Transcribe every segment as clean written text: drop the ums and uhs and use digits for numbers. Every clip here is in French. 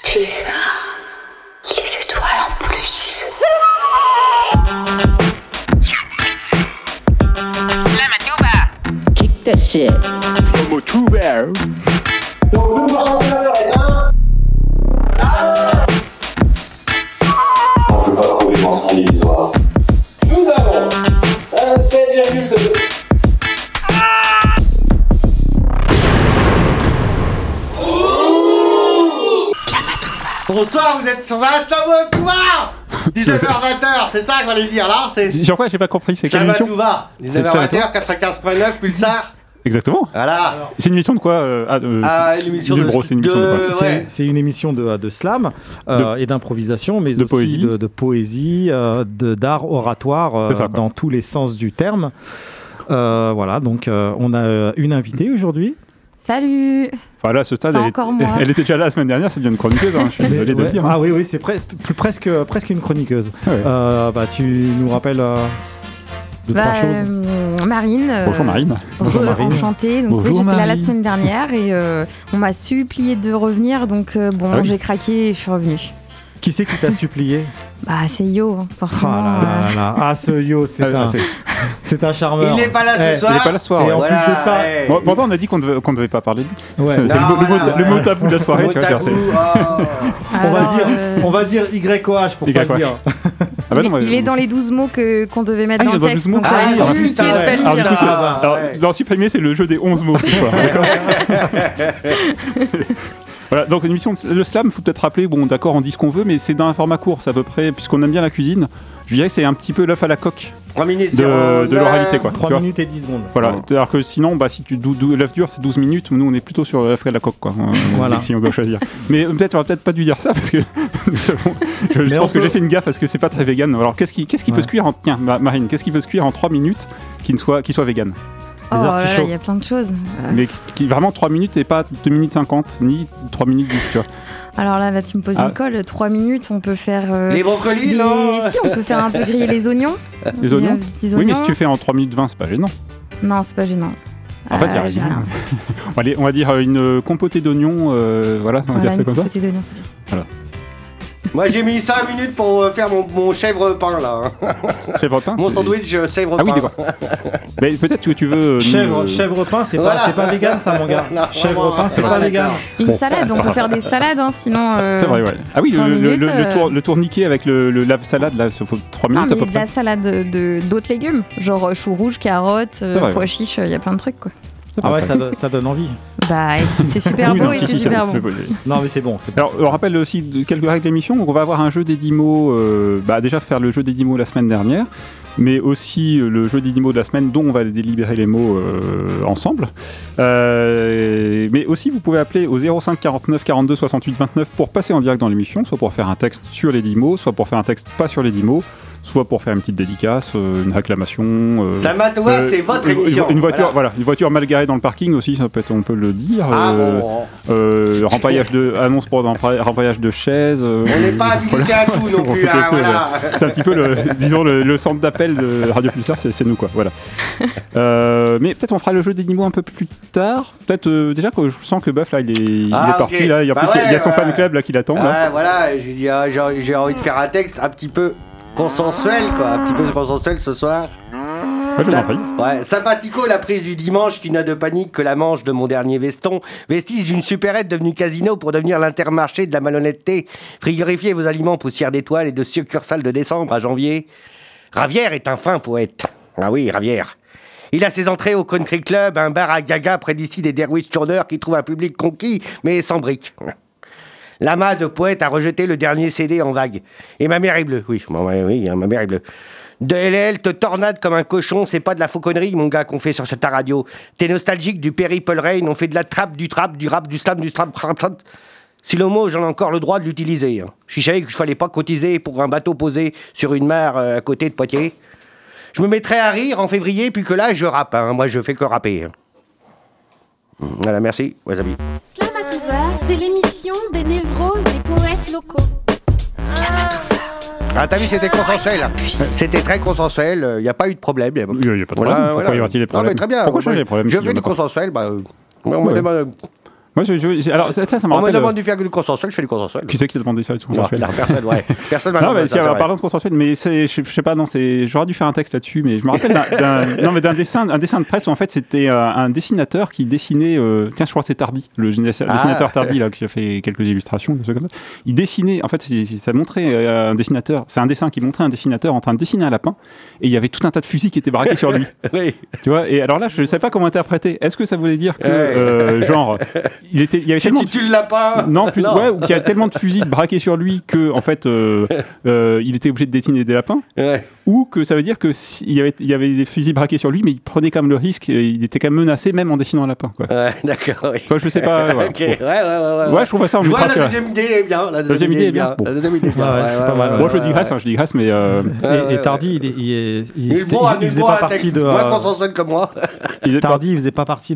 Tu ça, les étoiles en plus. Kick that shit. On ne peut pas trouver le mensonge illusoire. Nous avons un 16,2. Bonsoir, vous êtes sur un instant de pouvoir 19h-20h, c'est ça qu'il fallait dire là. Sur quoi j'ai pas compris, c'est quelle émission? Salvatouva, 19h-20h, 95.9, Pulsar. Exactement. Voilà. C'est une émission de quoi Une émission de gros, c'est une émission de quoi? ouais. C'est une émission de slam et d'improvisation, mais de aussi poésie. de poésie, d'art oratoire C'est ça, quoi. dans tous les sens du terme. Voilà, donc on a une invitée aujourd'hui. Salut. Enfin là, à ce stade, C'est encore moi. elle était déjà là la semaine dernière, c'est bien une chroniqueuse, hein, je suis désolé de le Ouais. dire. Hein. Ah oui, c'est presque une chroniqueuse. Ouais. Tu nous rappelles deux, trois choses. Marine. Bonjour Marine. Bonjour, Marine. Enchantée. Donc, Bonjour, oui, j'étais là la Marine. semaine dernière et on m'a supplié de revenir. Donc Ah oui. j'ai craqué et je suis revenue. Qui c'est qui t'a supplié? Bah c'est Yo, hein, Ah forcément. là là là. Ah, ce Yo, c'est un charmeur. Il n'est pas là ce Il soir. n'est pas là ce soir. Et ouais. en plus de ça- ouais. Bon, pourtant, on a dit qu'on devait pas parler de lui. Ouais. C'est Non, le voilà, mot ouais. tabou de la soirée, Mot tu vois. tabou, Alors, On va dire YOH pour pas YOH. le dire. Ah bah non, il est dans les 12 mots qu'on devait mettre Ah, dans il le est dans les texte. 12 mots. Donc ça va Ah, être oui, compliqué putain, de ouais. te le Alors, du dire. coup, c'est- bah, alors, ouais. dans supprimer, c'est le jeu des 11 mots ce soir. D'accord. Voilà, donc une émission de slam, il faut peut-être rappeler, bon d'accord on dit ce qu'on veut, mais c'est dans un format court, c'est à peu près, puisqu'on aime bien la cuisine, je dirais que c'est un petit peu l'œuf à la coque 3 minutes de l'oralité quoi. 3 tu vois. minutes et 10 secondes. Voilà, alors que sinon, bah, si l'œuf dur c'est 12 minutes, nous on est plutôt sur l'œuf à la coque quoi, Voilà. si on doit choisir. Mais on aurait peut-être pas dû dire ça parce que je Mais pense on que peut- j'ai fait une gaffe parce que c'est pas très vegan. Alors qu'est-ce qui peut Ouais. se cuire en... Tiens, Marine, qu'est-ce qui peut se cuire en 3 minutes qui soit vegan? Oh Les là là, artichauts. il y a plein de choses. Mais qui vraiment 3 minutes et pas 2 minutes 50 ni 3 minutes 10 tu vois. Alors là, tu me poses Ah. une colle. 3 minutes, on peut faire. Les brocolis, des- non. Si, on peut faire un peu griller les oignons. Les oignons. Petits Oui, mais oignons. si tu fais en 3 minutes 20, c'est pas gênant. Non, c'est pas gênant. En fait, il y a j'ai rien. rien. On va dire une compotée d'oignons, voilà, on va dire ça comme ça. Petits oignons, c'est bien. Moi j'ai mis 5 minutes pour faire mon chèvre pain là. Chèvre pain. Mon c'est- sandwich chèvre Ah oui, pain. d'accord. Mais peut-être que tu veux. Chèvre pain, c'est Voilà. pas vegan ça mon gars. Non, Chèvre vraiment, pain, c'est ouais, pas d'accord. vegan. Une Bon, salade, c'est on pas peut grave. faire des salades, hein, sinon. C'est vrai, ouais. Ah oui, 3 minutes, le tourniquet avec le lave-salade, là, il faut 3 Ah, minutes à mais peu de la près. salade d'autres légumes, genre choux rouges, carottes, vrai, pois ouais. chiches, il y a plein de trucs quoi. Ah ouais, ça donne envie. Bah, c'est super Oui, beau non, et si, c'est si, super ça- bon. Non mais c'est bon. Alors, on rappelle aussi quelques règles d'émission. Donc, on va avoir un jeu des 10 mots. Déjà, faire le jeu des 10 mots la semaine dernière. Mais aussi le jeu des 10 mots de la semaine dont on va délibérer les mots ensemble. Mais aussi, vous pouvez appeler au 05 49 42 68 29 pour passer en direct dans l'émission, soit pour faire un texte sur les 10 mots, soit pour faire un texte pas sur les 10 mots, soit pour faire une petite dédicace, une réclamation. Salvatouva, c'est votre émission. Une voiture, voilà, une voiture mal garée dans le parking aussi, ça peut être, on peut le dire. Ah bon. Annonce pour rempaillage de chaises. On n'est pas habilité à tout non On plus, fait hein, quelque chose, voilà. C'est un petit peu le centre d'appel de Radio Pulsar, c'est nous quoi. Voilà. Mais peut-être on fera le jeu des 10 mots un peu plus tard. Peut-être déjà que je sens que Buff là il est parti ok. là. En Bah plus, il y a son ouais, fan ouais. club là qui l'attend. là. Ouais, voilà, j'ai dit, j'ai envie de faire un texte un petit peu consensuel, quoi. Un petit peu consensuel ce soir. Ouais, je vous en prie. Ouais, sympathico la prise du dimanche qui n'a de panique que la manche de mon dernier veston. Vestige d'une supérette devenue casino pour devenir l'intermarché de la malhonnêteté. Frigorifiez vos aliments poussière d'étoiles et de succursales de décembre à janvier. Ravière est un fin poète. Ah oui, Ravière. Il a ses entrées au country club, un bar à gaga près d'ici des derwish tourneurs qui trouvent un public conquis, mais sans briques. L'amas de poète a rejeté le dernier CD en vague. Et ma mère est bleue, oui, bon, ouais, oui, ma mère est bleue. De LL te tornade comme un cochon, c'est pas de la fauconnerie, mon gars, qu'on fait sur cette radio. T'es nostalgique du Purple Rain, on fait de la trappe, du rap, du slam, du strap. Si le mot, j'en ai encore le droit de l'utiliser. Hein. Je savais que je fallait pas cotiser pour un bateau posé sur une mare à côté de Poitiers. Je me mettrais à rire en février, puis que là, je rappe. Hein. Moi, je fais que rapper. Hein. Voilà, merci. Wasabi. Slamatouva, c'est l'émission des névroses des poètes locaux. Slamatouva. Ah, t'as vu, c'était consensuel. C'était très consensuel. Il n'y a pas eu de problème. Il n'y a pas de problème. Pourquoi y aurait-il des problèmes? Non, mais très bien. Pourquoi changer les problèmes Je si fais du on n'a pas- consensuel. Ouais. Moi, Moi, alors, ça me On me rappelle. demande de faire du consensuel, je fais du consensuel. Qui c'est qui te demande de faire du Non, consensuel? personne, ouais. Personne m'a Non, demandé mais ça, c'est vrai. parlant de consensuel, mais je sais pas, non, j'aurais dû faire un texte là-dessus, mais je me rappelle d'un dessin de presse où en fait c'était un dessinateur qui dessinait, tiens, je crois que c'est Tardy, le dessinateur Tardy là, qui a fait quelques illustrations, des trucs comme ça. Il dessinait, en fait, ça montrait un dessinateur, c'est un dessin qui montrait un dessinateur en train de dessiner un lapin, et il y avait tout un tas de fusils qui étaient braqués sur lui. Oui. Tu vois, et alors là, je ne sais pas comment interpréter. Est-ce que ça voulait dire que, genre, il y avait tellement Si tu tues le lapin. non, ouais, ou qu'il y a tellement de fusils braqués sur lui que, en fait, il était obligé de dessiner des lapins, Ouais. ou que ça veut dire que il y avait des fusils braqués sur lui, mais il prenait quand même le risque, il était quand même menacé, même en dessinant un lapin, quoi. Ouais, d'accord. Oui. Toi, je sais pas. Voilà. Ok, ouais. Ouais, je trouve ça en Je vois, mettra la sur- deuxième idée est bien. La deuxième idée est bien. Bon. La deuxième idée est bien. Ouais, c'est pas mal, Bon, je digresse, mais. Et Tardy, il Il faisait pas partie de. moins consensuel que moi. Tardy, il faisait pas partie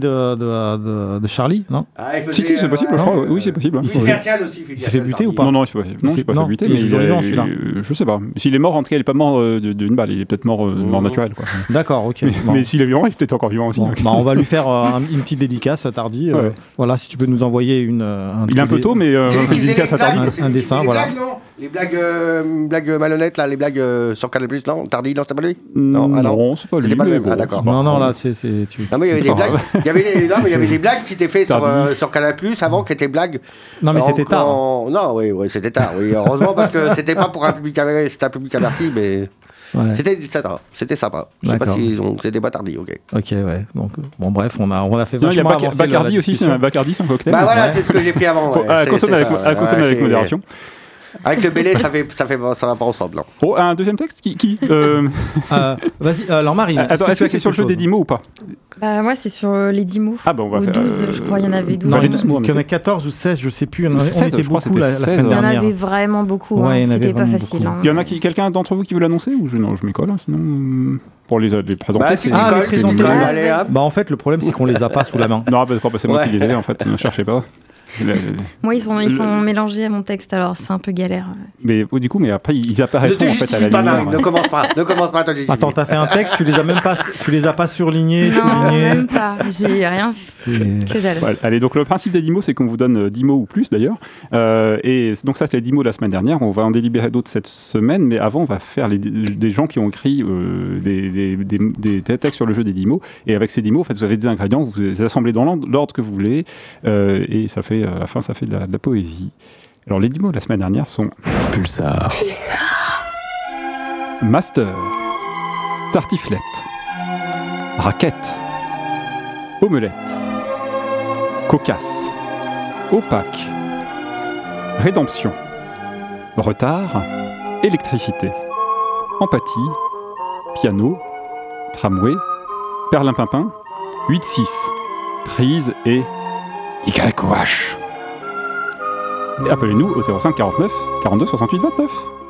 de Charlie, non? Si, c'est possible, je crois. Oui, c'est possible. Il C'est Garcial aussi. s'est fait buter ou pas? Non, il s'est pas fait. Non, il s'est pas fait buter, il est mais toujours vivant, celui-là. je sais pas. S'il est mort, en tout cas, il est pas mort d'une balle. Il est peut-être mort naturel, quoi. D'accord, ok. Bon. Mais s'il est vivant, il est peut-être encore vivant aussi. Bon, donc. bah, on va lui faire une petite dédicace à Tardy. Ouais. Voilà, si tu peux nous envoyer Il est un peu tôt, mais C'est on lui fait qui une faisait dédicace les à Tardy. blagues, Un c'est lui qui dessin, faisait les voilà. blagues, non Les blagues malhonnêtes, là, les blagues sur Canal+, non Tardy, non, c'est pas lui Non, Non, c'est pas lui. C'était pas le mais même. bon, Ah, d'accord. c'est pas Non, grave. là, c'est. Non, mais il y avait C'est des pas blagues. grave. Il y avait des blagues qui étaient faites sur Canal+ avant, qui étaient blagues. Non, mais c'était tard. Non, oui, c'était tard. Oui, heureusement parce que c'était pas pour un public averti, mais Ouais. c'était sympa. Je sais pas D'accord. si c'était pas Tardy, ok. Ok, ouais. Donc, bon, bref, on a fait Sinon, il y a vachement avancer la Bacardi aussi, discussion. Bacardi, c'est un cocktail. Bah voilà, Ouais. c'est ce que j'ai pris avant. ouais. À C'est consommer ça, ouais, avec c'est- modération. Avec le Bélé, ça va pas ensemble. Non. Oh, un deuxième texte qui Vas-y, alors Marine. Attends, est-ce tu que as c'est sur le quelque jeu des chose 10 mots ou pas? Bah, moi, c'est sur les 10 mots. Ah, bah on va Ou faire. 12, je crois, il y en avait 12. Non, Fallait il y 12 mots, en en a effet. 14 ou 16, je sais plus. On C'est 16, était je crois que beaucoup c'était la 16, semaine Il y en dernière. avait vraiment beaucoup. Ouais, il y en avait C'était pas vraiment facile. beaucoup. hein. Il y en a quelqu'un d'entre vous qui veut l'annoncer ou non, je m'y colle, hein, sinon pour les présenter. Bah, tu c'est- t'y Ah, colles, les tu t'y présenteurs. colles, allez, hop. Bah, en fait, le problème, c'est qu'on les a pas sous la main. Non, bah, c'est moi Ouais. qui les ai en fait, ne cherchez pas. Moi, ils sont mélangés à mon texte, alors c'est un peu galère. Mais du coup, mais après ils Ne apparaîtront te en fait à la justifie pas, lumière. Marie, ne commence pas, toi, Attends, t'as fait un texte, tu les as pas surlignés, Non, soulignés. même pas. J'ai rien fait. Que dalle. Ouais, allez, donc le principe des 10 mots, c'est qu'on vous donne 10 mots ou plus d'ailleurs. Et donc ça, c'est les 10 mots de la semaine dernière. On va en délibérer d'autres cette semaine, mais avant, on va faire des gens qui ont écrit des textes sur le jeu des 10 mots. Et avec ces 10 mots, en fait, vous avez des ingrédients, vous les assemblez dans l'ordre que vous voulez. Et ça fait, à la fin, ça fait de la poésie. Alors, les 10 mots de la semaine dernière sont Pulsar. master, tartiflette, raquette, omelette, cocasse, opaque, rédemption, retard, électricité, empathie, piano, tramway, perlimpinpin, 8-6, prise et YOH. Et appelez-nous au 05 49 42 68 29.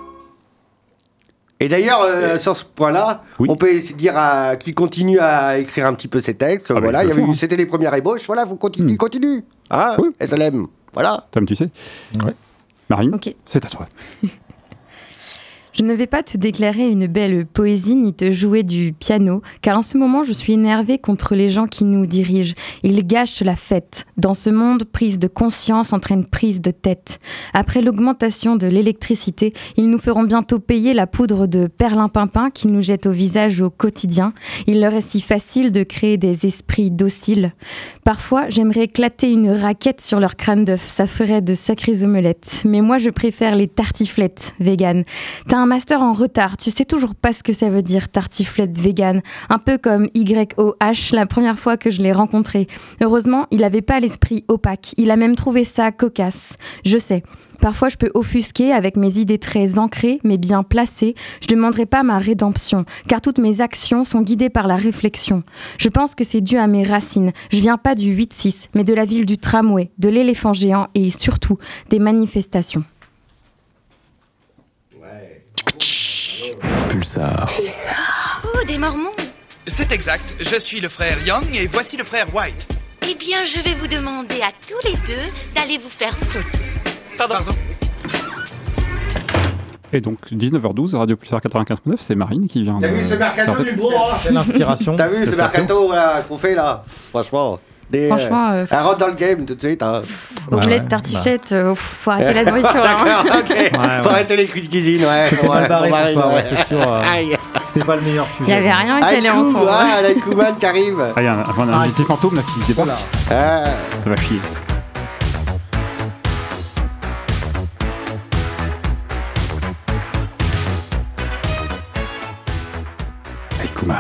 Et d'ailleurs, sur ce point-là, Oui. on peut essayer de dire qu'il continue à écrire un petit peu ses textes. Ah, Voilà, mais il y il le avait faut, eu- c'était les premières ébauches. Voilà, vous continuez, continue. Hein Oui. SLM. Voilà. Tom, tu sais. Ouais. Marine, Ok. c'est à toi. Je ne vais pas te déclarer une belle poésie ni te jouer du piano, car en ce moment je suis énervée contre les gens qui nous dirigent. Ils gâchent la fête. Dans ce monde, prise de conscience entraîne prise de tête. Après l'augmentation de l'électricité, ils nous feront bientôt payer la poudre de perlimpinpin qu'ils nous jettent au visage au quotidien. Il leur est si facile de créer des esprits dociles. Parfois, j'aimerais éclater une raquette sur leur crâne d'œuf. Ça ferait de sacrées omelettes. Mais moi, je préfère les tartiflettes véganes. T'as un master en retard, tu sais toujours pas ce que ça veut dire tartiflette vegan, un peu comme YOH la première fois que je l'ai rencontré. Heureusement, il avait pas l'esprit opaque, il a même trouvé ça cocasse. Je sais, parfois je peux offusquer avec mes idées très ancrées mais bien placées, je demanderai pas ma rédemption, car toutes mes actions sont guidées par la réflexion. Je pense que c'est dû à mes racines, je viens pas du 8-6, mais de la ville du tramway, de l'éléphant géant et surtout des manifestations. Pulsar. Oh, des Mormons. C'est exact, je suis le frère Young et voici le frère White. Eh bien, je vais vous demander à tous les deux d'aller vous faire foutre. Pardon. Et donc 19h12, Radio Pulsar 95.9, c'est Marine qui vient. T'as vu ce mercato du gros, hein C'est l'inspiration. T'as vu ce mercato là, qu'on fait là? Franchement. Franchement, Elle rentre dans le game tout de suite. Hein. omelette, tartiflette, faut arrêter la nourriture. D'accord, ok. Faut arrêter les coups de cuisine, ouais. C'était mal barré pour toi, ouais, c'est sûr. Aïe. C'était pas le meilleur Il n'y sujet. avait rien qui allait Haïkou, ensemble. la Kuman qui arrive. Ah, il y a un invité fantôme là qui débarque. Ah. Ça va chier. Aïkouman.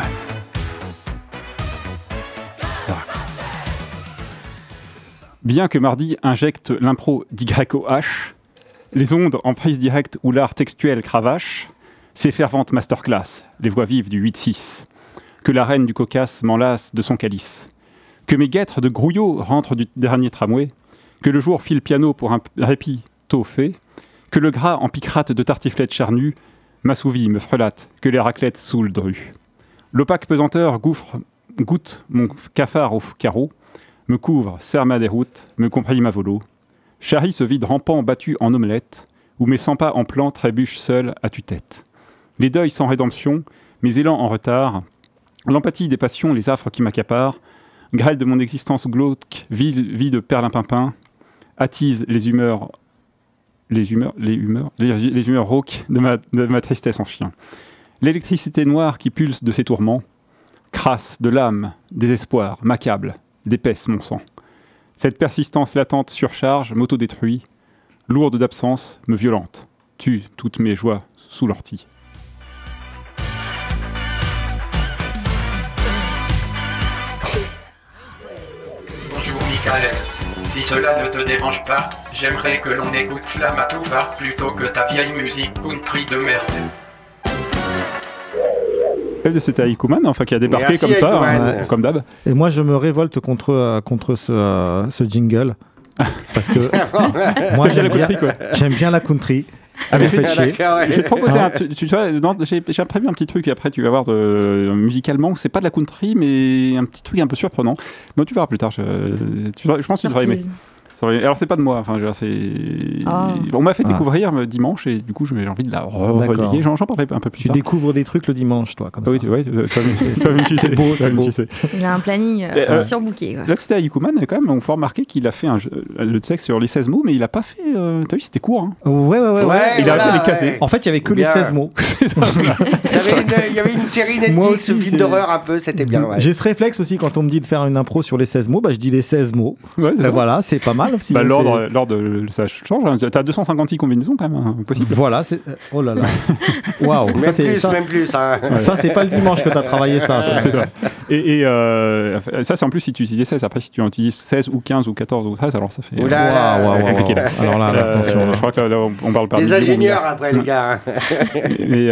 Bien que Mardi injecte l'impro d'YOH, les ondes en prise directe ou l'art textuel cravache, ces ferventes masterclass, les voix vives du 8-6, que la reine du Caucase m'enlace de son calice, que mes guêtres de grouillot rentrent du dernier tramway, que le jour file piano pour un répit tôt fait, que le gras en picrate de tartiflette charnue m'assouvit, me frelate, que les raclettes saoulent dru. L'opaque pesanteur goûte mon cafard au carreau, me couvre, serre ma déroute, me comprime à volo, charrie ce vide rampant battu en omelette, où mes 100 pas en plan trébuchent seuls à tue-tête. Les deuils sans rédemption, mes élans en retard, l'empathie des passions, les affres qui m'accaparent, grêle de mon existence glauque, vie de perlimpinpin, attise les humeurs rauques de ma tristesse en chien. L'électricité noire qui pulse de ses tourments, crasse de l'âme, désespoir, m'accable, d'épaisse mon sang. Cette persistance latente surcharge, m'autodétruit, lourde d'absence, me violente, tue toutes mes joies sous l'ortie. Bonjour Michael. Si cela ne te dérange pas, j'aimerais que l'on écoute Flamatouva plutôt que ta vieille musique country de merde. C'était Aïkouman, enfin qui a débarqué Merci, comme ça, Aïkouman. comme d'hab. Et moi, je me révolte contre ce jingle. Parce que moi, j'aime bien la country. Ah, mais Vous faites chier. Je vais te proposer tu vois, j'ai prévu un petit truc et après tu vas voir musicalement, c'est pas de la country mais un petit truc un peu surprenant. Bon, tu verras plus tard, je pense que tu devrais aimer. Alors c'est pas de moi, enfin on m'a fait découvrir dimanche et du coup j'ai envie de la relayer. J'en parlerai un peu plus tard. Tu découvres des trucs le dimanche, toi, comme ça. Oui, c'est beau, c'est beau. Il a un planning surbooké. Là que c'était Aïkouman, quand même, on faut remarquer qu'il a fait le texte sur les 16 mots, mais il a pas fait. T'as vu, c'était court. Hein. Ouais. Il a réussi à les caser. En fait, il y avait que les 16 mots. Il y avait une série Netflix, un film d'horreur un peu, c'était bien. Ouais. J'ai ce réflexe aussi quand on me dit de faire une impro sur les 16 mots, je dis les 16 mots. Ouais, voilà, c'est pas mal. Si l'ordre, ça change. T'as 256 combinaisons quand même, possible. Voilà, c'est. Oh là là. Waouh. Même plus. Hein. Ça, c'est pas le dimanche que t'as travaillé ça. C'est ça. Et ça, c'est en plus si tu utilises 16. Après, si tu utilises 16 ou 15 ou 14 ou 13, alors ça fait. Compliqué là. Alors là, attention. Je crois que là, on parle pas des ingénieurs après, les gars. Mais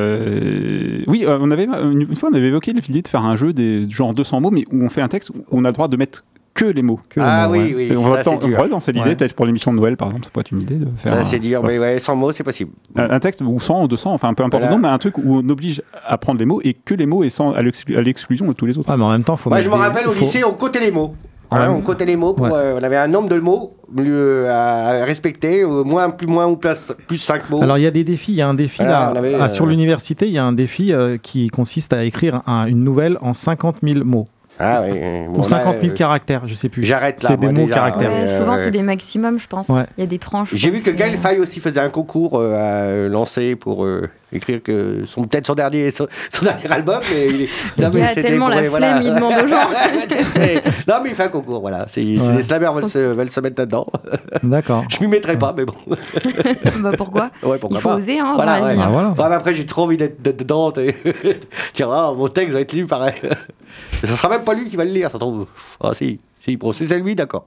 oui, une fois, on avait évoqué l'idée de faire un jeu des genre 200 mots, mais où on fait un texte où on a le droit de mettre que les mots. Oui. On pourrait lancer l'idée, peut-être pour l'émission de Noël, par exemple, ça pourrait être une idée de faire. Ça, c'est dur, mais 100 mots, c'est possible. Un texte, ou 100 ou 200, enfin, peu importe le nombre, mais un truc où on oblige à prendre les mots et que les mots et à l'exclusion de tous les autres. Ah, mais en même temps, je me rappelle, au lycée, on cotait les mots. On cotait les mots, on avait un nombre de mots à respecter, plus ou plus 5 mots. Alors il y a des défis, il y a un défi sur l'université, il y a un défi qui consiste à écrire une nouvelle en 50 000 mots. Ah oui. Ou 50 000 caractères, je sais plus. J'arrête là. C'est des mots caractères. Souvent, c'est des maximums, je pense. Ouais. Il y a des tranches. J'ai vu que Gaël Faye aussi faisait un concours à lancer pour écrire que son dernier album. Mais il a tellement la flemme, il demande aux gens. Non, mais il fait un concours, voilà. Les slammers veulent se mettre là-dedans. D'accord. Je m'y mettrai pas, mais bon. Pourquoi pourquoi il faut pas. oser, hein, voilà, dans la vie. Mais après, j'ai trop envie d'être dedans. Tiens, mon texte va être lu pareil. Ça sera même pas lui qui va le lire, ça tombe. Ah si, bon, si c'est lui, d'accord.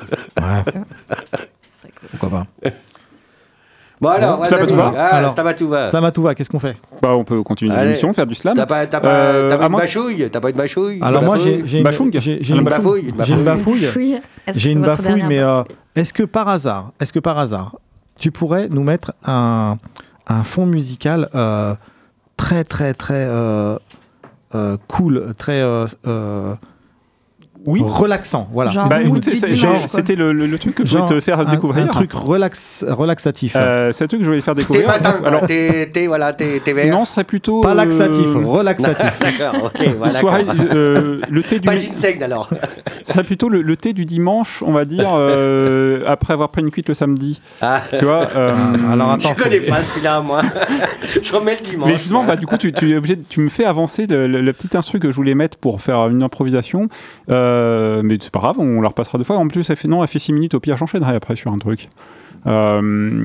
Pourquoi pas. Bon alors, Slamatouva, qu'est-ce qu'on fait? On peut continuer l'émission, faire du slam. T'as pas une bâchouille? T'as pas une bâchouille? Alors moi j'ai une bafouille. J'ai une bafouille, mais est-ce que par hasard, tu pourrais nous mettre un fond musical très très très cool, très Oui, relaxant, voilà. Genre Bah, mood écoute, du c'est- dimanche, quoi. c'était le truc que je voulais te faire découvrir. Un truc relaxatif. C'est un truc que je voulais faire Thé découvrir. matin, Alors, thé vert. non, ce serait plutôt. Pas laxatif, relaxatif. D'accord, ok, voilà. soirée, le thé du. Pas ginseng alors. Ce serait plutôt le thé du dimanche, on va dire, après avoir pris une cuite le samedi. Ah. Tu vois. Alors attends. Je connais pas celui-là, moi. Je remets le dimanche. Mais justement, bah, du coup, tu es obligé, tu me fais avancer le petit instru que je voulais mettre pour faire une improvisation. Mais c'est pas grave, on la repassera 2 fois. En plus, elle fait 6 minutes. Au pire, j'enchaînerai après sur un truc. Alors,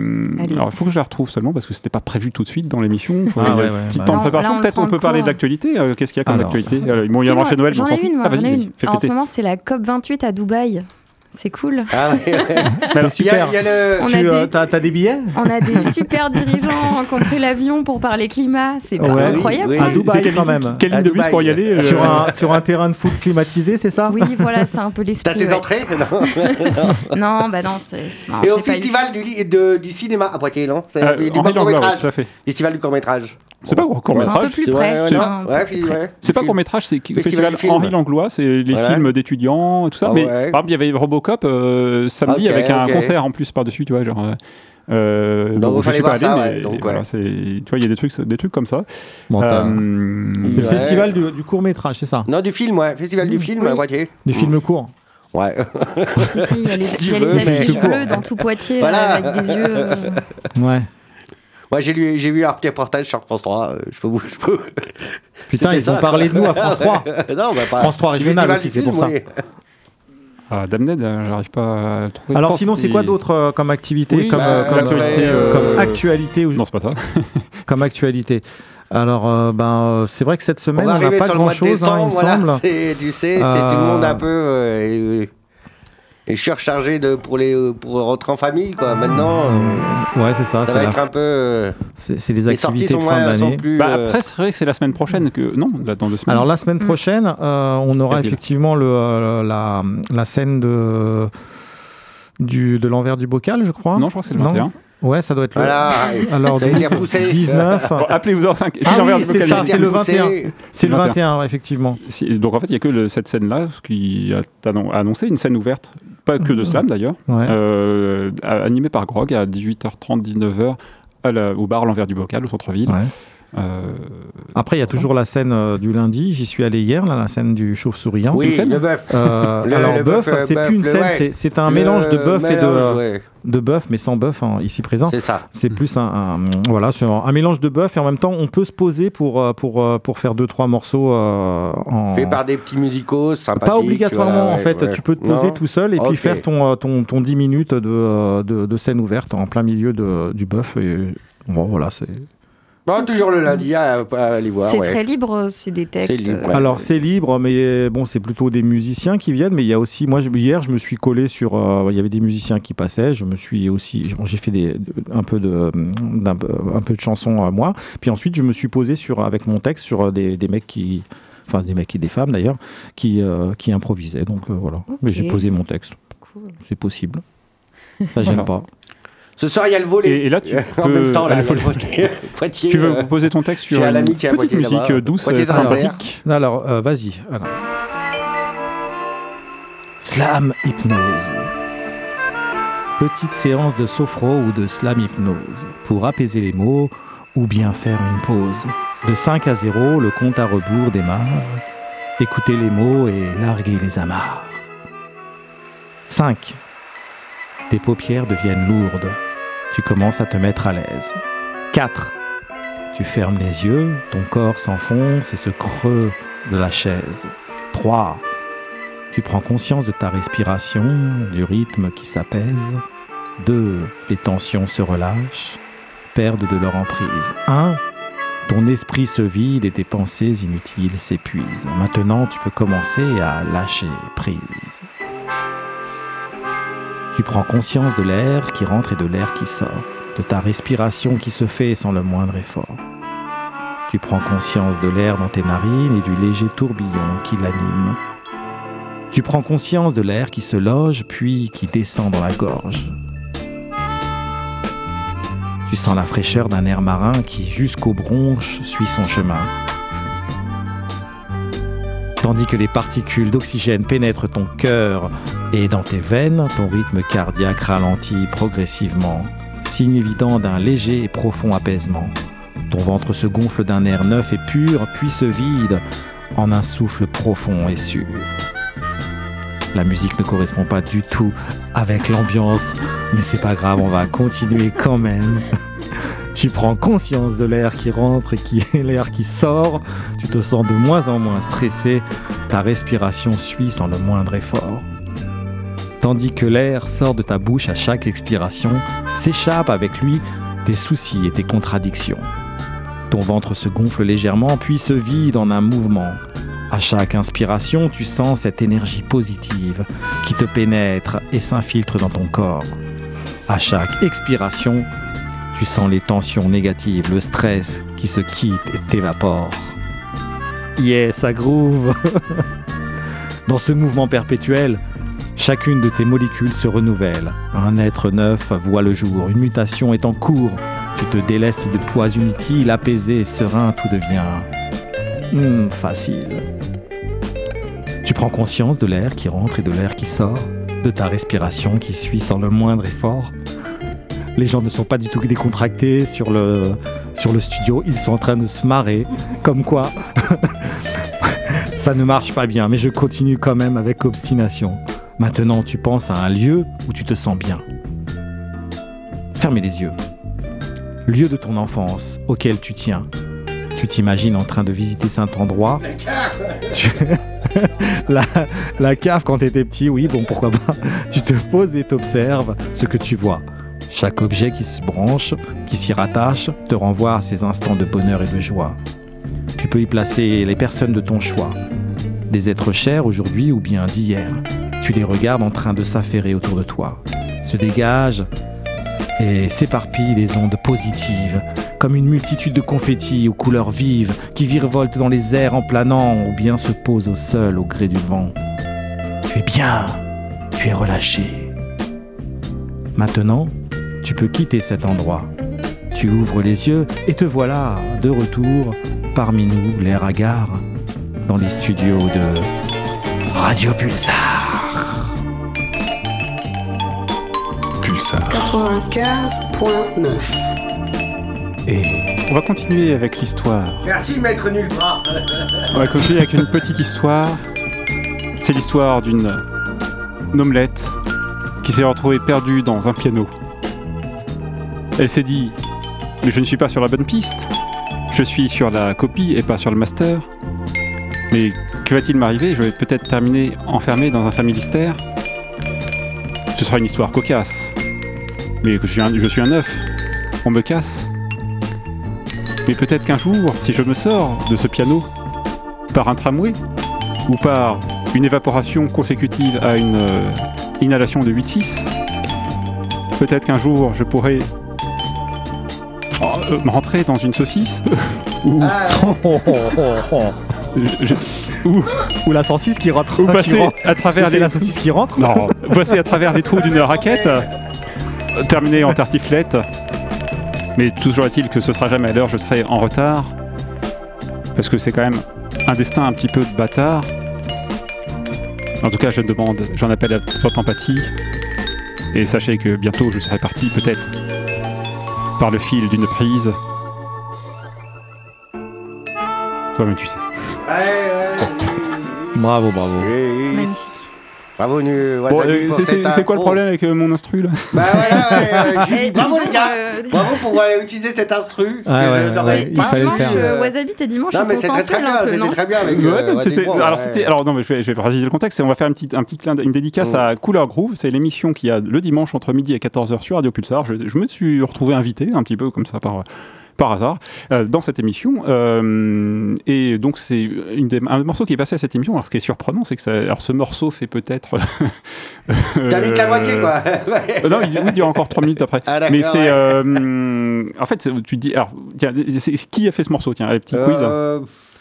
il faut que je la retrouve seulement parce que c'était pas prévu tout de suite dans l'émission. Il faut un petit temps de préparation. Là, on Peut-être prend on peut le parler cours. d'actualité. Qu'est-ce qu'il y a comme Alors, actualité Bon, il y a le marché de Noël, mais J'en on s'en ai fout. une, moi, Ah, j'en ai vas-y, une. fais En péter. ce moment, c'est la COP28 à Dubaï. C'est cool. Ah ouais, ouais. C'est super. Il y a le... On a des- T'as des billets On a des super dirigeants qui ont pris l'avion pour parler climat. C'est pas Ouais. incroyable. Oui, ça À Dubaï quelle quand ligne- même. Quelle À ligne de bus Dubaï. pour y aller Sur un terrain de foot climatisé, c'est ça? Oui, voilà, c'est un peu l'esprit. T'as tes ouais. entrées Non. Non, bah non. non, Et au j'ai pas eu. festival du cinéma à Poitiers, non? C'est du Henri Langlois, court-métrage. tout à fait. Festival du court-métrage. C'est pas court C'est un peu métrage. plus C'est près. vrai, c'est non un peu Ouais, plus près. ouais. C'est pas Film. court métrage, c'est Festival festival du film. Henri Langlois, c'est les Voilà. films d'étudiants et tout ça. Ah mais ouais. par exemple, il y avait Robocop samedi Ok, avec un ok. concert en plus par-dessus, tu vois, genre. Donc, bon, il je fallait suis pas voir allé, ça, mais ouais, donc, voilà, ouais. tu vois, il y a des trucs comme ça. Bon, Euh, c'est le Ouais. festival du court-métrage, c'est ça? Non, du film, ouais. Festival du film à Poitiers. Du film court. Ouais. Si, il y a les, Si tu il y a veux, les mais- affiches bleues dans tout Poitiers, Voilà. là, avec des yeux. Ouais. Moi, j'ai vu un petit reportage sur France 3. Je peux. Putain, C'était ils ont ça, parlé de quoi. nous à France 3. Non, bah pas. France 3 régional Festival aussi, du c'est pour film, ça. oui. Ah, Damned, j'arrive pas à le trouver. Alors Je sinon, pense c'est que quoi d'autre comme activité, Oui, comme, bah, comme, l'actualité, comme actualité ou- Non, c'est pas ça. comme actualité. Alors, c'est vrai que cette On semaine, va on n'a arriver pas sur le mois de grand-chose, il décembre, me voilà. semble. Tu sais, c'est tout le monde un peu. Et surchargé pour rentrer en famille, quoi. Maintenant, Ouais, c'est ça. ça C'est va la- être un peu. c'est les Les sorties activités sont de fin moins, sont d'année. plus. Bah, après, c'est vrai que c'est la semaine prochaine que. Non, là, dans 2 semaines. Alors la semaine prochaine, on aura Qu'a-t-il effectivement la scène de l'envers du bocal, je crois. Non, je crois que c'est le Non 21. Ouais, ça doit être le. Voilà. Alors Ça a été 12, repoussé. 19. Bon, appelez-vous en 5. Ah oui, c'est ça, c'est le repoussé. 21. C'est le 21. 21, ouais, effectivement. Donc en fait, il n'y a que cette scène-là qui a annoncé une scène ouverte, pas que de slam d'ailleurs, Ouais. animée par Grog à 18h30, 19h au bar L'Envers du Bocal, au centre-ville. Ouais. Après, il y a toujours la scène du lundi. J'y suis allé hier, là, la scène du chauve-souriant. Oui, C'est une scène le bœuf. alors le bœuf, bœuf, c'est plus une scène, ouais. c'est un mélange de bœuf et mélange, ouais. de bœuf, mais sans bœuf ici présent. C'est ça. C'est plus voilà, c'est un mélange de bœuf et en même temps on peut se poser pour faire 2-3 morceaux en Fait par des petits musicos sympathiques. pas obligatoirement voilà, en fait, ouais. tu peux te poser Non tout seul et puis Ok. faire ton 10 minutes de scène ouverte en plein milieu du bœuf et bon voilà, c'est Bon, toujours le lundi à aller voir. C'est ouais. très libre, c'est des textes. C'est libre, ouais. Alors c'est libre, mais bon, c'est plutôt des musiciens qui viennent. Mais il y a aussi, moi hier, je me suis collé sur, il y avait des musiciens qui passaient. Je me suis aussi, j'ai fait un peu de chansons moi. Puis ensuite, je me suis posé avec mon texte sur des mecs qui, enfin des mecs et des femmes d'ailleurs, qui improvisaient. Donc voilà, mais j'ai posé mon texte. Cool. C'est possible. Ça gêne pas. Ce soir, il y a le volet. Et là, tu en peux- même temps, là, Ah, il y a le volet. Poitiers, Tu veux poser ton texte sur j'ai un une ami qui est à petite Poitiers musique là-bas. douce, Poitiers sympathique. Alors vas-y. Alors. Slam hypnose. Petite séance de sophro ou de slam hypnose pour apaiser les mots ou bien faire une pause. De 5 à 0, le compte à rebours démarre. Écoutez les mots et larguez les amarres. 5. Tes paupières deviennent lourdes. Tu commences à te mettre à l'aise. 4. Tu fermes les yeux, ton corps s'enfonce et se creuse de la chaise. 3. Tu prends conscience de ta respiration, du rythme qui s'apaise. 2. Les tensions se relâchent, perdent de leur emprise. 1. Ton esprit se vide et tes pensées inutiles s'épuisent. Maintenant, tu peux commencer à lâcher prise. Tu prends conscience de l'air qui rentre et de l'air qui sort, de ta respiration qui se fait sans le moindre effort. Tu prends conscience de l'air dans tes narines et du léger tourbillon qui l'anime. Tu prends conscience de l'air qui se loge puis qui descend dans la gorge. Tu sens la fraîcheur d'un air marin qui, jusqu'aux bronches, suit son chemin. Tandis que les particules d'oxygène pénètrent ton cœur et dans tes veines, ton rythme cardiaque ralentit progressivement, signe évident d'un léger et profond apaisement. Ton ventre se gonfle d'un air neuf et pur, puis se vide en un souffle profond et sûr. La musique ne correspond pas du tout avec l'ambiance, mais c'est pas grave, on va continuer quand même. Tu prends conscience de l'air qui rentre et l'air qui sort. Tu te sens de moins en moins stressé. Ta respiration suit sans le moindre effort. Tandis que l'air sort de ta bouche à chaque expiration, s'échappent avec lui tes soucis et tes contradictions. Ton ventre se gonfle légèrement, puis se vide en un mouvement. À chaque inspiration, tu sens cette énergie positive qui te pénètre et s'infiltre dans ton corps. À chaque expiration, tu sens les tensions négatives, le stress qui se quitte et t'évapore. Yeah, ça groove. Dans ce mouvement perpétuel, chacune de tes molécules se renouvelle. Un être neuf voit le jour, une mutation est en cours. Tu te délestes de poids inutiles, apaisé et serein, tout devient facile. Tu prends conscience de l'air qui rentre et de l'air qui sort, de ta respiration qui suit sans le moindre effort. Les gens ne sont pas du tout décontractés sur le studio, ils sont en train de se marrer, comme quoi ça ne marche pas bien, mais je continue quand même avec obstination. Maintenant, tu penses à un lieu où tu te sens bien. Fermez les yeux. Lieu de ton enfance auquel tu tiens. Tu t'imagines en train de visiter cet endroit. La cave quand t'étais petit, oui, bon, pourquoi pas. Tu te poses et t'observes ce que tu vois. Chaque objet qui se branche, qui s'y rattache, te renvoie à ces instants de bonheur et de joie. Tu peux y placer les personnes de ton choix, des êtres chers aujourd'hui ou bien d'hier. Tu les regardes en train de s'affairer autour de toi. Se dégagent et s'éparpillent des ondes positives, comme une multitude de confettis aux couleurs vives qui virevoltent dans les airs en planant ou bien se posent au sol au gré du vent. Tu es bien, tu es relâché. Maintenant, tu peux quitter cet endroit. Tu ouvres les yeux et te voilà de retour parmi nous, l'air hagard, dans les studios de Radio Pulsar. Pulsar 95.9. Et on va continuer avec l'histoire. Merci, maître Nulbras. On va continuer avec une petite histoire. C'est l'histoire d'une omelette qui s'est retrouvée perdue dans un piano. Elle s'est dit, mais je ne suis pas sur la bonne piste. Je suis sur la copie et pas sur le master. Mais que va-t-il m'arriver ? Je vais peut-être terminer enfermé dans un familistère. Ce sera une histoire cocasse. Mais je suis un œuf. On me casse. Mais peut-être qu'un jour, si je me sors de ce piano, par un tramway, ou par une évaporation consécutive à une inhalation de 8-6, peut-être qu'un jour je pourrai rentrer dans une saucisse ou ou la saucisse qui rentre. Ou passer à travers la saucisse qui rentre. Non, passer à travers les trous d'une raquette, terminer en tartiflette. Mais toujours est-il que ce sera jamais à l'heure, je serai en retard. Parce que c'est quand même un destin un petit peu de bâtard. En tout cas, j'en appelle à votre empathie. Et sachez que bientôt je serai parti, peut-être par le fil d'une prise. Toi-même tu sais. Bravo. Magnifique. Bravo, Wasabi, Bon, pour cette c'est quoi le intro. problème avec mon instru là? Bah voilà, j'ai dit bravo dis donc, les gars. Bravo pour utiliser cet instru. Ah que ouais, je n'aurais ouais, il pas fallait le vu, faire. Wasabi, tes dimanches, Non, ils mais sont c'est très sensuels bien, un peu, c'était non ? très bien avec. Alors non, mais je vais préciser le contexte. On va faire un petit clin d'œil, une dédicace à Couleur Groove. C'est l'émission qui a le dimanche entre midi et 14h sur Radio Pulsar. Je me suis retrouvé invité un petit peu comme ça par hasard dans cette émission et donc c'est un morceau qui est passé à cette émission. Alors ce qui est surprenant, c'est que ce morceau fait peut-être T'as mis que la moitié quoi. non, il dure encore 3 minutes après. Ah, mais c'est en fait tu te dis alors tiens, qui a fait ce morceau, tiens, les petits quiz.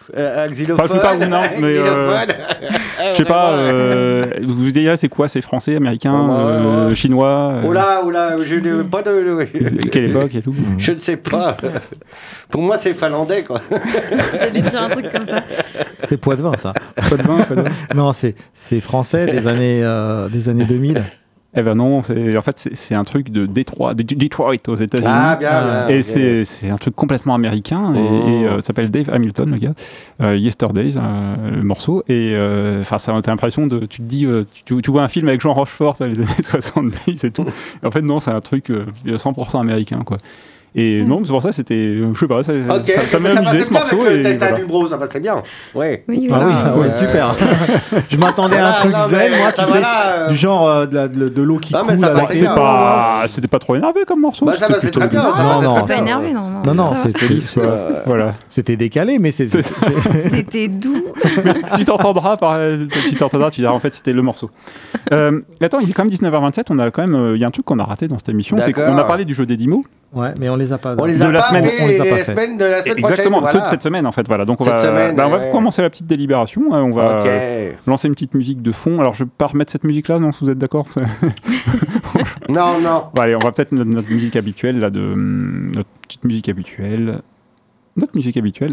xylophone. Enfin, je sais pas où, non, mais je sais pas. Vous direz, c'est quoi? C'est français, américain, chinois Oula, je n'ai pas de. Quelle époque et tout? Je ne sais pas. Pour moi, c'est finlandais, quoi. J'allais dire un truc comme ça. C'est Poitvin, ça. Poitvin. Non, c'est français des années 2000. Eh ben non, c'est un truc de Detroit aux États-Unis. Ah, bien. Et c'est un truc complètement américain. Et ça s'appelle Dave Hamilton, le gars. Yesterdays, le morceau. Et t'as l'impression de. Tu te dis, tu vois un film avec Jean Rochefort, ça, les années 70 et tout. Et en fait, non, c'est un truc 100% américain, quoi. Et non, c'est pour ça, c'était. Je sais pas, ça m'a amusé ce morceau. Avec le texte à Dubro, ça passait bien. Ouais. Oui, voilà. Oui, super. Je m'attendais à un truc zen, moi, tu sais, du genre de l'eau qui coule. C'était pas trop énervé comme morceau. Bah, ça passait très bien. Non, pas énervé, non. Non, c'était lisse. Voilà. C'était décalé, mais c'était. C'était doux. Tu t'entendras, tu diras en fait c'était le morceau. Attends, il est quand même 19h27, on a quand même, il y a un truc qu'on a raté dans cette émission, c'est qu'on a parlé du jeu des 10 mots. Ouais, mais on les a pas. On les a pas fait. De la semaine exactement, prochaine, ceux de cette semaine en fait. Voilà. Donc on va commencer la petite délibération. On va lancer une petite musique de fond. Alors je vais pas remettre cette musique là, non, si vous êtes d'accord? Non. Bon, allez, on va peut-être notre musique habituelle là, notre petite musique habituelle. Notre musique habituelle.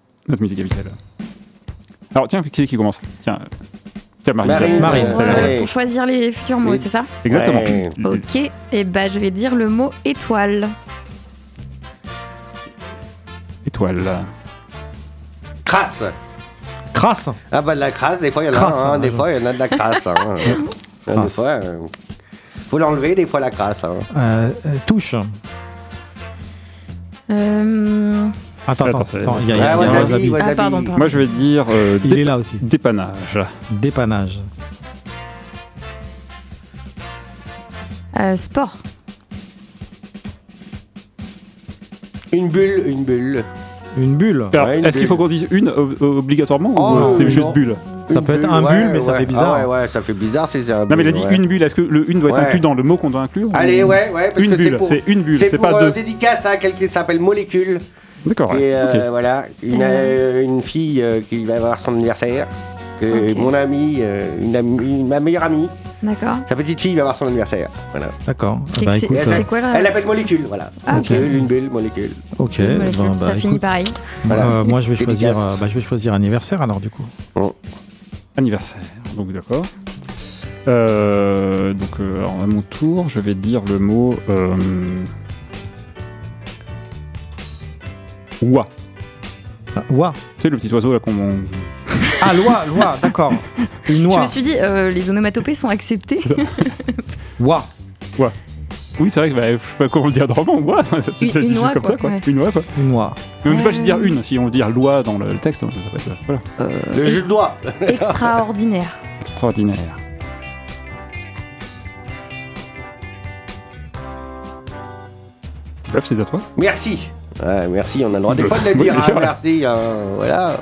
Alors tiens, qui commence? Tiens, Marine. Pour choisir les futurs mots, c'est ça? Exactement. Ouais. Ok, et je vais dire le mot étoile. Étoile. Crasse. Ah bah de la crasse, des fois il y en a, des fois il y en a de la crasse. Des fois, faut l'enlever, des fois la crasse. Touche. Attends, il y a Wasabi. Pardon. Moi je vais dire il est là aussi. Dépannage. Sport. Une bulle. Alors, Ouais, est-ce qu'il faut qu'on dise une obligatoirement ou c'est juste bulle? Ça peut être un bulle, mais ça fait bizarre. Ah ouais, ça fait bizarre si c'est un bulle. Non, mais il a dit une bulle. Est-ce que le une doit être inclus dans le mot qu'on doit inclure? Allez, ouais, parce une que bulle, c'est une bulle, c'est pas deux. Dédicace à quelqu'un qui s'appelle Molécule. D'accord. Et okay. voilà, une fille qui va avoir son anniversaire. Mon amie, ma meilleure amie. D'accord. Sa petite fille va avoir son anniversaire. Voilà. D'accord. Écoute, c'est quoi là? Elle l'appelle Molécule, voilà. Ah, ok. Une bulle, Molécule. Ok. Ça finit pareil. Voilà. Moi, je vais choisir anniversaire alors du coup. Anniversaire. Donc d'accord. Alors à mon tour, je vais dire le mot oie. Oie. Tu sais le petit oiseau là qu'on. Ah, loi, d'accord. Une oie. Je me suis dit, les onomatopées sont acceptées. Oie. Oui, c'est vrai que je sais pas comment le dire normalement. Oie. Une oie, comme quoi. ça, quoi. Ouais. Une oie, quoi. Une oie. Mais on ne dit pas juste dire une. Si on veut dire loi dans le texte, ça peut être. Voilà. Le jeu de doigt. Extraordinaire. Bref, c'est à toi. Merci. Ouais, merci, on a le droit des fois de le dire. Merci. Voilà.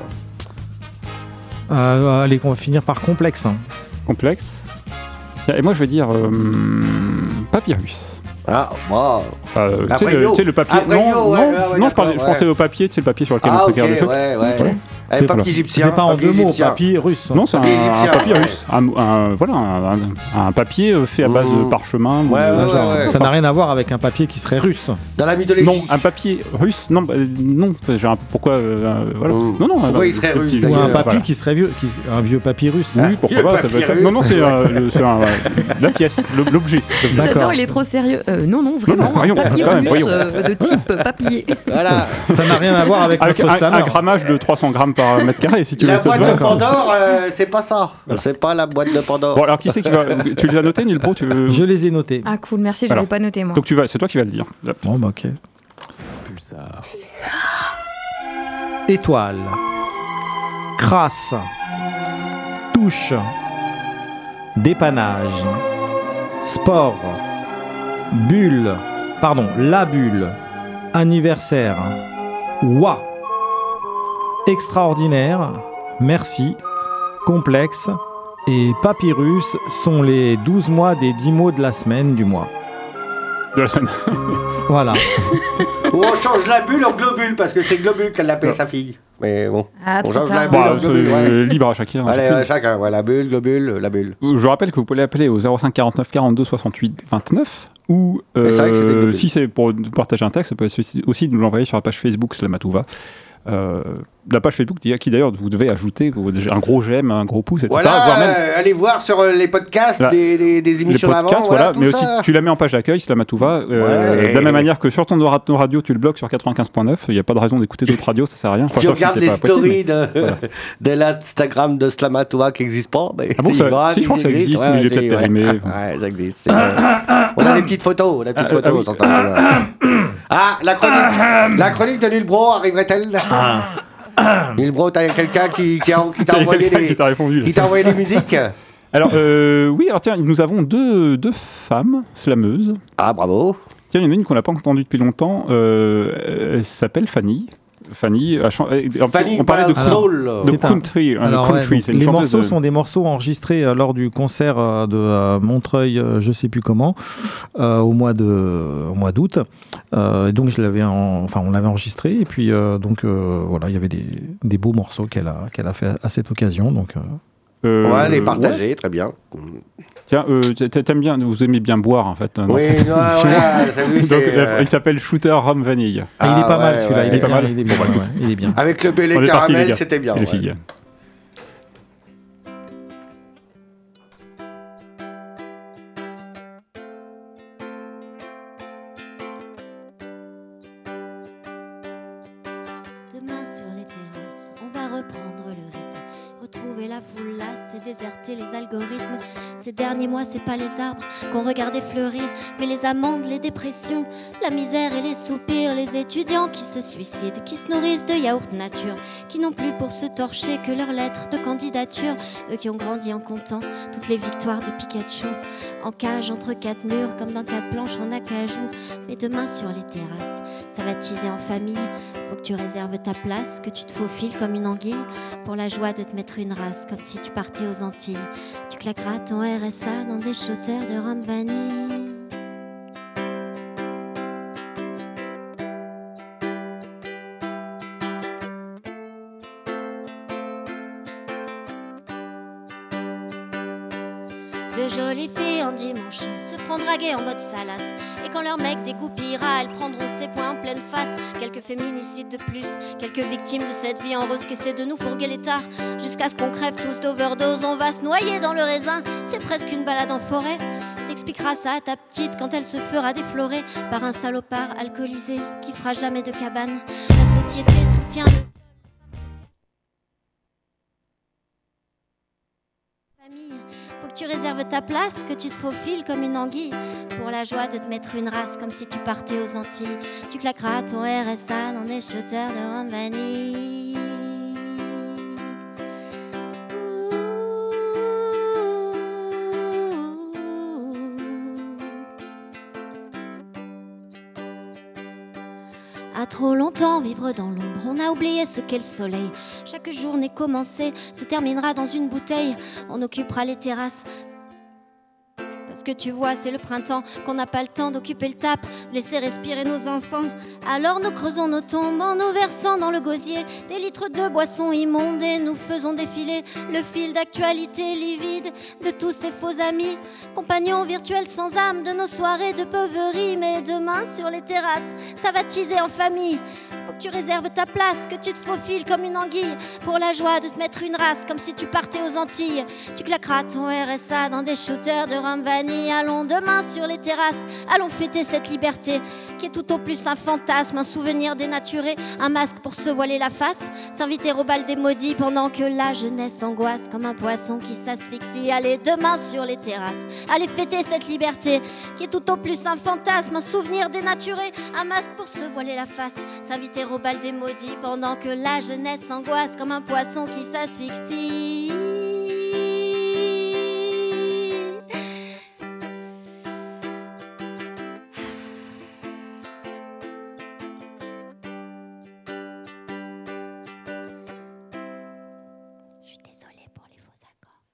Allez, on va finir par complexe. Complexe. Tiens, et moi, je vais dire papyrus. Ah, wow. Tu sais, le papier. Non, je pensais au papier, tu sais, le papier sur lequel on prépare des choses. Ouais. Papier égyptien. C'est pas en deux mots, papier russe. Non, c'est un papier russe. Un papier fait à base de parchemin. Ça n'a rien à voir avec un papier qui serait russe. Dans la mythologie. Non, un papier russe. Non. Pourquoi voilà. Non. Pourquoi il serait russe? Ou un papier qui serait vieux, un vieux papier russe. Oui, pourquoi pas, ça peut être ça. Non, c'est la pièce, l'objet. J'adore, il est trop sérieux. Non, vraiment. Papier russe de type papier. Voilà. Ça n'a rien à voir avec notre slammer. Un grammage de 300 grammes par mètre carré, si tu veux. La boîte de Pandore, c'est pas ça. C'est pas la boîte de Pandore. Bon, alors qui c'est qui va. Tu les as notés, Nilpro? Je les ai notés. Ah, cool, merci, je les ai pas notés, moi. Donc c'est toi qui vas le dire. Bon, bah, ok. Pulsar. Étoile. Crasse. Touche. Dépannage. Sport. Bulle. Pardon, la bulle. Anniversaire. Oie. Extraordinaire. Merci. Complexe. Et papyrus sont les 12 mois des 10 mots de la semaine du mois. De la semaine. Voilà. Ou on change la bulle en globule, parce que c'est globule qu'elle l'appelle sa fille. Mais bon. Ah, On trop change tard. la bulle en globule, ouais. Libre à chacun. Allez, chacun, la bulle, globule, la bulle. Je rappelle que vous pouvez appeler au 05 49 42 68 29 ou Mais c'est vrai que c'était globule. si c'est pour partager un texte, ça peut aussi nous l'envoyer sur la page Facebook Slamatouva. La page Facebook qui d'ailleurs vous devez ajouter un gros j'aime, un gros pouce, etc. Voilà, voire même allez voir sur les podcasts des émissions les podcasts, d'avant. voilà, tout mais ça. aussi tu la mets en page d'accueil, Slamatouva. Ouais. De la même manière que sur ton radio, tu le bloques sur 95.9. Il n'y a pas de raison d'écouter d'autres radios, ça sert à rien. Enfin, Tu sauf si regardes t'es les pas à Poitiers, stories voilà. de l'Instagram de Slamatouva qui n'existe pas. Mais Ah bon, si, ça- voilà, si, je crois que ça existe, mais il est peut-être périmé. Ouais, ça existe. On a des petites photos, sur Instagram. Ah, la chronique de Nulbro arriverait-elle Nulbro, t'as quelqu'un qui t'a envoyé qui t'a répondu, là. qui t'a envoyé des musiques. Alors, oui, alors tiens, nous avons deux femmes slameuses. Ah, bravo. Tiens, il y en a une qu'on n'a pas entendue depuis longtemps. Elle s'appelle Fanny. Fanny, Fanny on parlait de Soul. de country. Country, c'est une les chanteuse morceaux de- sont des morceaux enregistrés lors du concert de Montreuil, je sais plus comment, au mois d'août. Et donc on l'avait enregistré et puis voilà, il y avait des beaux morceaux qu'elle a fait à cette occasion. Donc On va les partager, ouais. très bien. Tiens, t'aimes bien, vous aimez bien boire en fait. Oui, dans cette voilà, émission. t'as vu, Donc, c'est, il s'appelle Shooter Rum Vanille. il est pas mal ouais, celui-là, ouais, il est pas bien, mal. il est bien, Bon, bah, ouais, écoute. il est bien. avec le On belé est parti, les caramel, gars. c'était bien. Et les ouais. filles. Demain sur les terrasses, on va reprendre le rythme, retrouver la foule lasse et déserter les algorithmes. Ces derniers mois, c'est pas les arbres qu'on regardait fleurir, mais les amendes, les dépressions, la misère et les soupirs, les étudiants qui se suicident, qui se nourrissent de yaourt nature, qui n'ont plus pour se torcher que leurs lettres de candidature, eux qui ont grandi en comptant toutes les victoires de Pikachu, en cage entre quatre murs comme dans quatre planches en acajou. Mais demain sur les terrasses, ça va teaser en famille. Faut que tu réserves ta place, que tu te faufiles comme une anguille pour la joie de te mettre une race comme si tu partais aux Antilles. Tu claqueras ton RSA dans des shooters de rhum vanille. De jolies filles en dimanche se feront draguer en mode salace. Et quand leur mec dégoupillera, elles prendront ses poings en pleine face. Quelques féminicides de plus, quelques victimes de cette vie en rose qu'essaient de nous fourguer l'état. Jusqu'à ce qu'on crève tous d'overdose, on va se noyer dans le raisin. C'est presque une balade en forêt. T'expliqueras ça à ta petite quand elle se fera déflorer par un salopard alcoolisé qui fera jamais de cabane. La société soutient le... Faut que tu réserves ta place, que tu te faufiles comme une anguille pour la joie de te mettre une race comme si tu partais aux Antilles. Tu claqueras ton RSA dans des shooters de rhum vanille. À trop longtemps vivre dans l'ombre, on a oublié ce qu'est le soleil. Chaque journée commencée se terminera dans une bouteille. On occupera les terrasses. Parce que tu vois, c'est le printemps, qu'on n'a pas le temps d'occuper le tap, de laisser respirer nos enfants. Alors nous creusons nos tombes en nous versant dans le gosier des litres de boissons immondes et nous faisons défiler le fil d'actualité livide de tous ces faux amis, compagnons virtuels sans âme de nos soirées de beuverie. Mais demain sur les terrasses, ça va teaser en famille. Faut que tu réserves ta place, que tu te faufiles comme une anguille pour la joie de te mettre une race comme si tu partais aux Antilles. Tu claqueras ton RSA dans des shooters de rhum vanille. Allons demain sur les terrasses, allons fêter cette liberté qui est tout au plus un fantasme, un souvenir dénaturé, un masque pour se voiler la face, s'inviter au bal des maudits pendant que la jeunesse angoisse comme un poisson qui s'asphyxie. Allez demain sur les terrasses, allez fêter cette liberté qui est tout au plus un fantasme, un souvenir dénaturé, un masque pour se voiler la face, s'inviter au bal des maudits pendant que la jeunesse angoisse comme un poisson qui s'asphyxie. Désolée pour les faux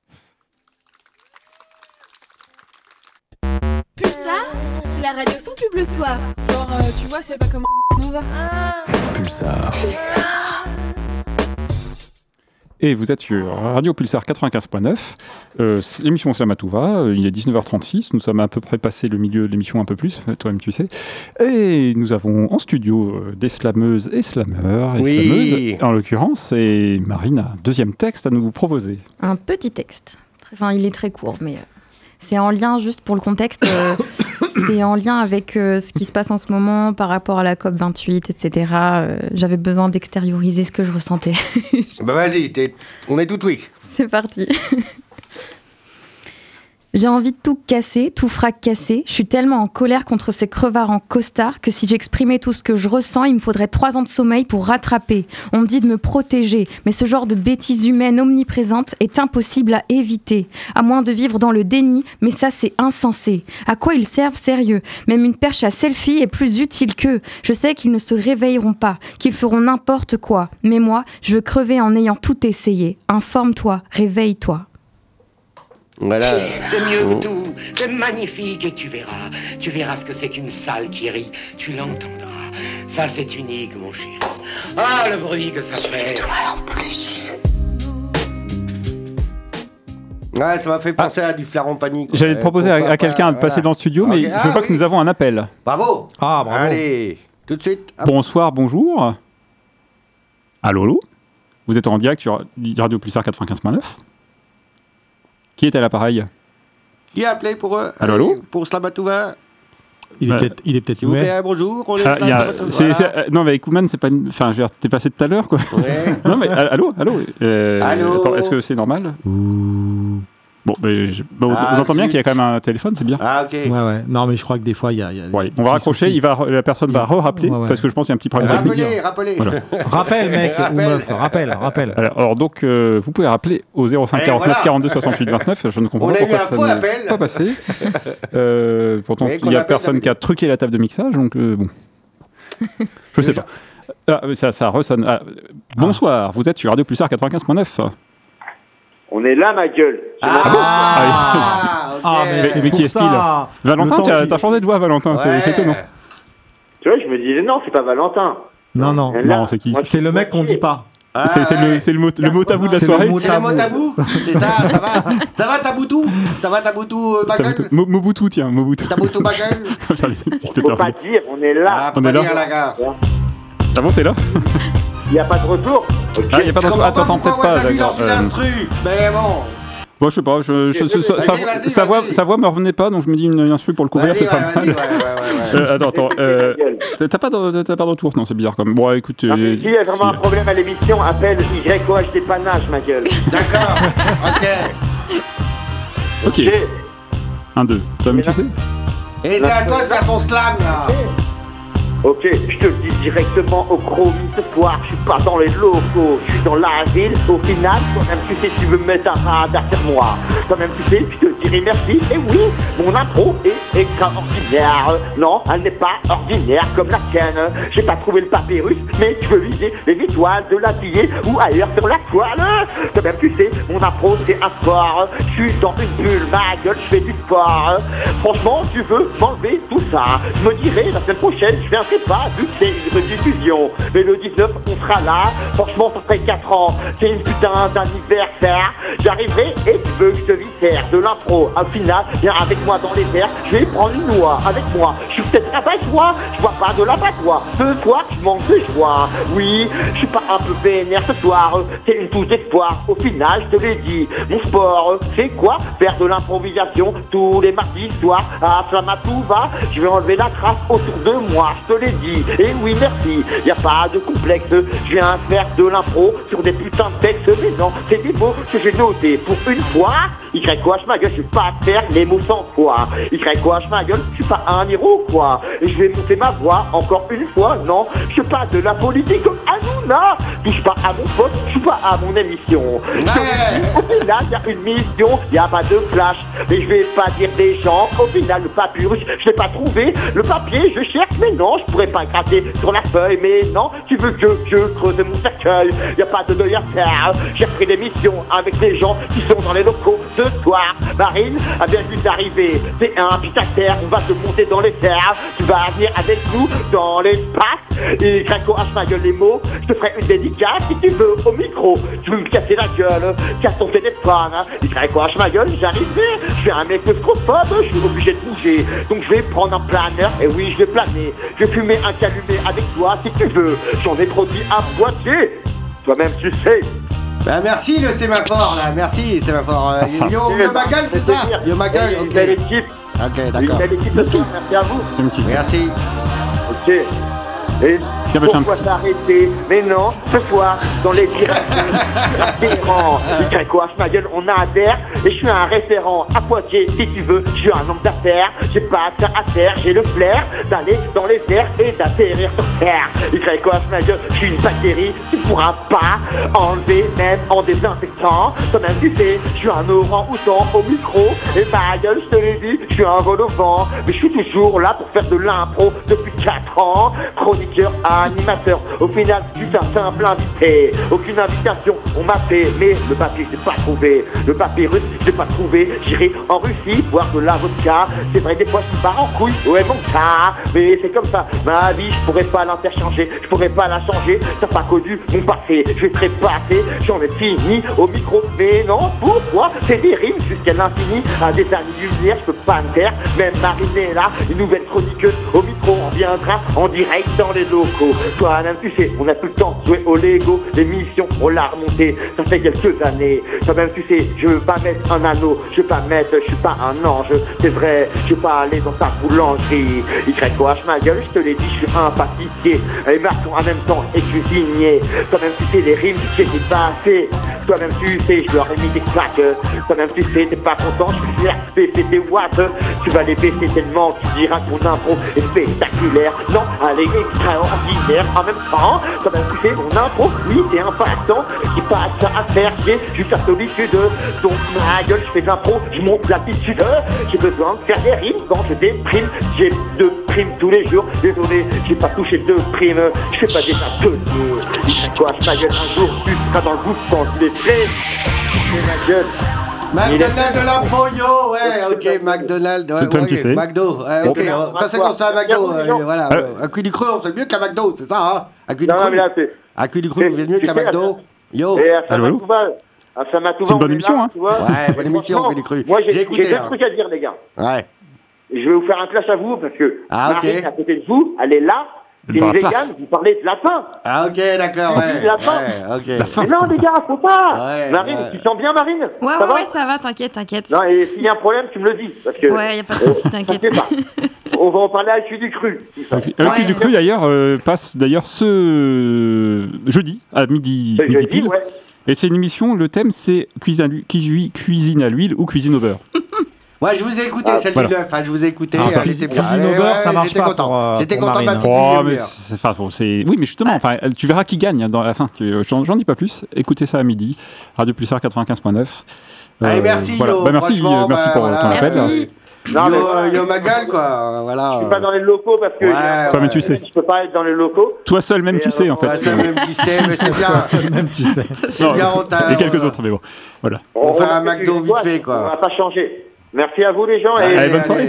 accords. Pulsar, c'est la radio sans pub le soir. Genre, tu vois, c'est pas comme Nova. Pulsar. Pulsar. Et vous êtes sur Radio Pulsar 95.9. L'émission Slamatouva, il est 19h36. Nous sommes à peu près passé le milieu de l'émission, un peu plus, toi-même tu sais. Et nous avons en studio des slameuses et slameurs. Slameuses, en l'occurrence. Et Marine a un deuxième texte à nous proposer. Un petit texte. Enfin, il est très court, mais c'est en lien, juste pour le contexte, c'est en lien avec ce qui se passe en ce moment par rapport à la COP28, etc. J'avais besoin d'extérioriser ce que je ressentais. Bah vas-y, on est tout oui. C'est parti. J'ai envie de tout casser, tout fracasser. Je suis tellement en colère contre ces crevards en costard que si j'exprimais tout ce que je ressens, il me faudrait 3 ans de sommeil pour rattraper. On me dit de me protéger, mais ce genre de bêtises humaines omniprésentes est impossible à éviter. À moins de vivre dans le déni, mais ça c'est insensé. À quoi ils servent sérieux ? Même une perche à selfie est plus utile qu'eux. Je sais qu'ils ne se réveilleront pas, qu'ils feront n'importe quoi. Mais moi, je veux crever en ayant tout essayé. Informe-toi, réveille-toi. Voilà. C'est mieux que tout, c'est magnifique et tu verras ce que c'est qu'une salle qui rit, tu l'entendras. Ça c'est unique mon chéri. Ah le bruit que ça fait. C'est toi en plus. Ouais, ça m'a fait penser à du flaron panique. J'allais te proposer à quelqu'un de passer dans le studio, mais je vois que nous avons un appel. Bravo. Ah, bravo. Allez, tout de suite. Bonsoir, bonjour. Allô. Vous êtes en direct sur Radio Pulsar 95.9. Qui est à l'appareil ? Qui a appelé pour eux ? Allô ? Pour Slamatouva ? Il est peut-être S'il vous plaît, bonjour. On est non, mais Kouman, c'est pas une. Enfin, je veux dire, t'es passé tout à l'heure, quoi. Ouais. Non, mais allô. Allô. Attends, est-ce que c'est normal ? Bon, on entend bien qu'il y a quand même un téléphone, c'est bien. Ah, ok. Ouais. Non, mais je crois que des fois, il y a ouais, on va raccrocher, la personne va rappeler parce que je pense qu'il y a un petit problème technique. Rappelez. Voilà. Rappelle, mec, ou meuf, rappelle. Alors donc, vous pouvez rappeler au 05 49 42 68 29. Je ne comprends pas pourquoi ça n'est pas passé. Pourtant, il n'y a personne qui a truqué la table de mixage, donc bon. Je sais pas. Ça ressonne. Bonsoir, vous êtes sur Radio Pulsar 95.9. On est là, ma gueule. Mais qui est-il ? Valentin, t'as changé de voix, Valentin, c'est étonnant. Tu vois, je me disais, non, c'est pas Valentin. Non, c'est qui ? C'est le mec qu'on dit pas. C'est le mot tabou de la soirée. C'est le mot tabou. C'est ça va. Ça va, Taboutou ? Ça va, Taboutou Bagel ? Mobutu, tiens, Mobutu. Taboutou Bagel ? Faut pas dire, on est là. On est là, la gare. Ah bon, t'es là ? Il n'y a pas de retour. Ah, il n'y a pas de retour. Attends, peut-être pas, d'accord. Mais bon. Bon, je sais pas, sa voix me revenait pas, donc je me dis une instru pour le couvrir, c'est pas mal. Attends, t'as pas de retour? Non, c'est bizarre quand même. Bon, écoute... S'il y a vraiment un problème à l'émission, appelle YOH Dépannage, ma gueule. D'accord, ok. 1, 2, toi-même tu sais. Et c'est à toi de faire ton slam, là. Ok, je te le dis directement au chromie ce soir, je suis pas dans les locaux, je suis dans la ville, au final, toi-même tu sais, tu veux me mettre un radar sur moi. Toi-même tu sais, je te dirai merci, et oui, mon intro est extraordinaire. Non, elle n'est pas ordinaire comme la tienne. J'ai pas trouvé le papyrus, mais tu peux viser les étoiles de la pillée ou ailleurs sur la toile. Toi-même tu sais, mon intro c'est un sport, je suis dans une bulle, ma gueule, je fais du sport. Franchement, tu veux m'enlever tout ça, je me dirai la semaine prochaine, je viendrai pas, vu que c'est une rediffusion. Mais le 19, on sera là. Franchement, ça fait 4 ans. C'est une putain d'anniversaire. J'arriverai et tu veux que je te viscère de l'intro. Au final, viens avec moi dans les airs. Je vais prendre une noix avec moi. Je suis peut-être rabat-joie. Je vois pas de l'abat-joie. Ce soir, je manque de joie. Oui, je suis pas un peu vénère ce soir. C'est une touche d'espoir. Au final, je te l'ai dit. Mon sport, c'est quoi? Faire de l'improvisation tous les mardis soirs. À Slamatouva, je vais enlever la trace autour de moi. Je te l'ai dit, et oui merci, y a pas de complexe, je viens faire de l'impro sur des putains de textes, mais non, c'est des mots que j'ai notés pour une fois. YOH ma gueule, je suis pas à faire les mots 100 fois. YOH ma gueule, je suis pas un héros quoi. Et je vais monter ma voix encore une fois, non, je suis pas de la politique comme Hanouna. Touche pas à mon poste, je suis pas à mon émission. Au final, y a une mission, y a pas de flash, mais je vais pas dire des gens. Au final, le papyrus, je l'ai pas trouvé, le papier, je cherche, mais non, je pourrais pas gratter sur la feuille, mais non, tu veux que je creuse mon cercueil. Y a pas de deuil à faire. J'ai repris l'émission avec des gens qui sont dans les locaux ce soir. Marine a bien vu d'arriver. C'est un pitacère, on va te monter dans les airs. Tu vas venir avec nous dans l'espace. Et YOH ma gueule les mots, je te ferai une dédicace si tu veux au micro. Tu veux me casser la gueule, casse ton téléphone. Il ferait quoi, ma gueule, j'arriverai. Je suis un mec claustrophobe, je suis obligé de bouger. Donc je vais prendre un planeur, et oui, je vais planer. Je vais fumer un calumet avec toi si tu veux. J'en ai trop dit à moitié. Toi-même, tu sais. Bah merci le sémaphore là, merci sémaphore. Yo ma gueule, c'est ça. Yo ma gueule, ok. Une belle équipe. Ok, d'accord. Une belle équipe de toi, merci à vous. Merci. Ok. Et pourquoi s'arrêter? Mais non, ce soir, dans les directions, adhérent. Du quoi, ma gueule, on adhère. Et je suis un référent à Poitiers, si tu veux. Je suis un homme d'affaires. J'ai pas ça à faire. J'ai le flair d'aller dans les airs et d'atterrir sur terre. Il quoi, ma gueule, je suis une bactérie. Tu pourras pas enlever, même en désinfectant. Toi-même, tu sais, je suis un orang-outan au micro. Et ma gueule, je te l'ai dit, je suis un vol au vent. Mais je suis toujours là pour faire de l'impro depuis 4 ans. Chroniqueur animateur, au final, je suis un simple invité. Aucune invitation, on m'a fait, mais le papier, je l'ai pas trouvé. Le papyrus, je l'ai pas trouvé. J'irai en Russie boire de la vodka. C'est vrai, des fois, je me pars en couille. Ouais, mon cas, mais c'est comme ça. Ma vie, je pourrais pas l'interchanger. Je pourrais pas la changer. T'as pas connu mon passé. Je vais te répasser. J'en ai fini au micro. Mais non, pourquoi? C'est des rimes jusqu'à l'infini. À des années-lumière, je peux pas me taire. Même Marine est là, une nouvelle chroniqueuse au micro. On viendra en direct dans les locaux. Toi-même, tu sais, on a tout le temps joué au Lego. L'émission, on l'a remontée. Ça fait quelques années. Toi-même, tu sais, je veux pas mettre un anneau. Je veux pas mettre, je suis pas un ange. C'est vrai, je veux pas aller dans ta boulangerie. Y-H, ma gueule, je te l'ai dit, je suis un pâtissier. Et maçon en même temps et cuisinier. Toi-même, tu sais, les rimes, j'ai pas assez. Toi-même, tu sais, je leur ai mis des claques. Toi-même, tu sais, t'es pas content, je suis RPC des watts. Tu vas les baisser tellement, tu diras que ton impro est spectaculaire. Non, allez, extraordinaire. En même temps, toi-même, tu sais, mon impro, oui, c'est impactant. J'ai pas ça à faire, j'ai juste la solitude. Donc, ma gueule, je fais l'impro, je monte l'attitude. J'ai besoin de faire des rimes quand je déprime. J'ai 2 primes tous les jours. Désolé, j'ai pas touché 2 primes. Je fais pas des ateliers. Il fait quoi, ma gueule, un jour, tu seras dans le gouffre quand je les fais. C'est ma gueule. McDonald's de l'impro, yo, ouais, ok, McDonald's, ouais, Toi-même, tu sais. McDo, ouais, ok, quand c'est qu'on se fait à McDo, voilà, un cul du creux, on fait mieux qu'à McDo, c'est ça, hein, un cul du creux, un cul du creux, on fait mieux qu'à McDo, yo. C'est une bonne émission, hein. Ouais, bonne émission, cul du creux. Moi, j'ai 2 trucs à dire, les gars. Ouais. Je vais vous faire un clash à vous, parce que Marine, à côté de vous, elle est là. C'est Dans une la végane, place. vous parlez de lapin. Ah, ok, d'accord, ouais. Lapin. Ouais, ok. Lapin. Mais non, les gars, faut pas. Ouais, Marine, tu te sens bien, Marine? Ouais, Ça va ouais, ça va, t'inquiète. Non, et s'il y a un problème, tu me le dis. Parce que, Ouais, y a pas de soucis, t'inquiète. pas. On va en parler à Cul du Cru. Le cul du cru d'ailleurs passe d'ailleurs ce jeudi à midi pile. Ouais. Et c'est une émission, le thème c'est cuisine à l'huile ou cuisine au beurre. Moi, je vous ai écouté, celle du bluff, je vous ai écouté. Cuisine au beurre, ça marche pas. J'étais pour content de ma Marine. petite demi-heure. Oui, mais justement, tu verras qui gagne dans la fin. J'en dis pas plus. Écoutez ça à midi. Radio Pulsar 95.9. Allez, merci, voilà. yo, Merci pour ton appel. Yo, ma gueule, quoi, voilà. Je suis pas dans les locaux parce que. Toi-même, tu sais. Je peux pas être dans les locaux. Toi seul, même, tu sais, en fait. Toi seul, même, tu sais, mais c'est bien. Toi seul, même, tu sais. C'est bien, on t'a. Et quelques autres, mais bon. Voilà. On fait un McDo vite fait, On quoi. va pas changer. Merci à vous, les gens. Allez, bonne soirée.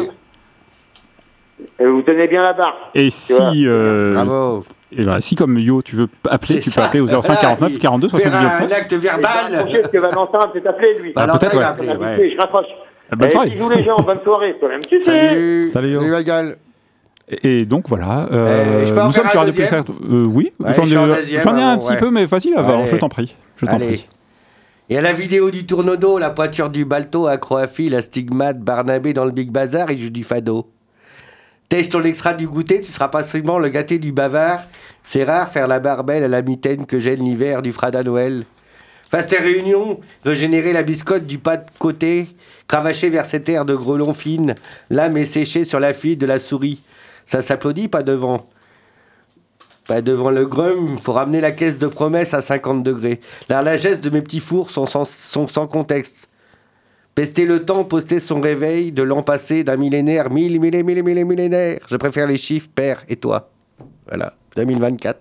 Et vous tenez bien la barre. Et si. Bravo. Et voilà, si comme Yo, tu veux appeler, tu peux appeler au 05 49 42 Faire 79. un acte verbal. Parce que Valentin s'est appelé, lui. Peut-être, ouais. Appelé, ouais. Je raccroche. Bonne soirée. Bisous, les gens. Bonne soirée. Toi-même, tu sais. Salut, Yo. Salut, ma gueule. Et donc voilà, je peux en nous sommes faire sur un Radio deuxième Pulsar. Oui, Ouais, j'en ai un bon, petit ouais. peu, mais vas-y, Allez. je t'en prie. Allez. Il y a la vidéo du tourneau, la pointure du balto, Acroafie, la stigmate, Barnabé dans le Big Bazar, il joue du fado. Tèche ton extra du goûter, tu seras pas seulement le gâté du bavard. C'est rare faire la barbelle à la mitaine que gêne l'hiver du Frada Noël. Fasse tes réunions, régénérer la biscotte du pas de côté, cravacher vers cette aire de grelon fine, l'âme est séchée sur la fille de la souris. Ça s'applaudit pas devant. Pas devant le grum, faut ramener la caisse de promesses à 50 degrés. La largesse de mes petits fours sont sans contexte. Pester le temps, poster son réveil de l'an passé d'un millénaire, millénaires. Je préfère les chiffres, père et toi. Voilà, 2024.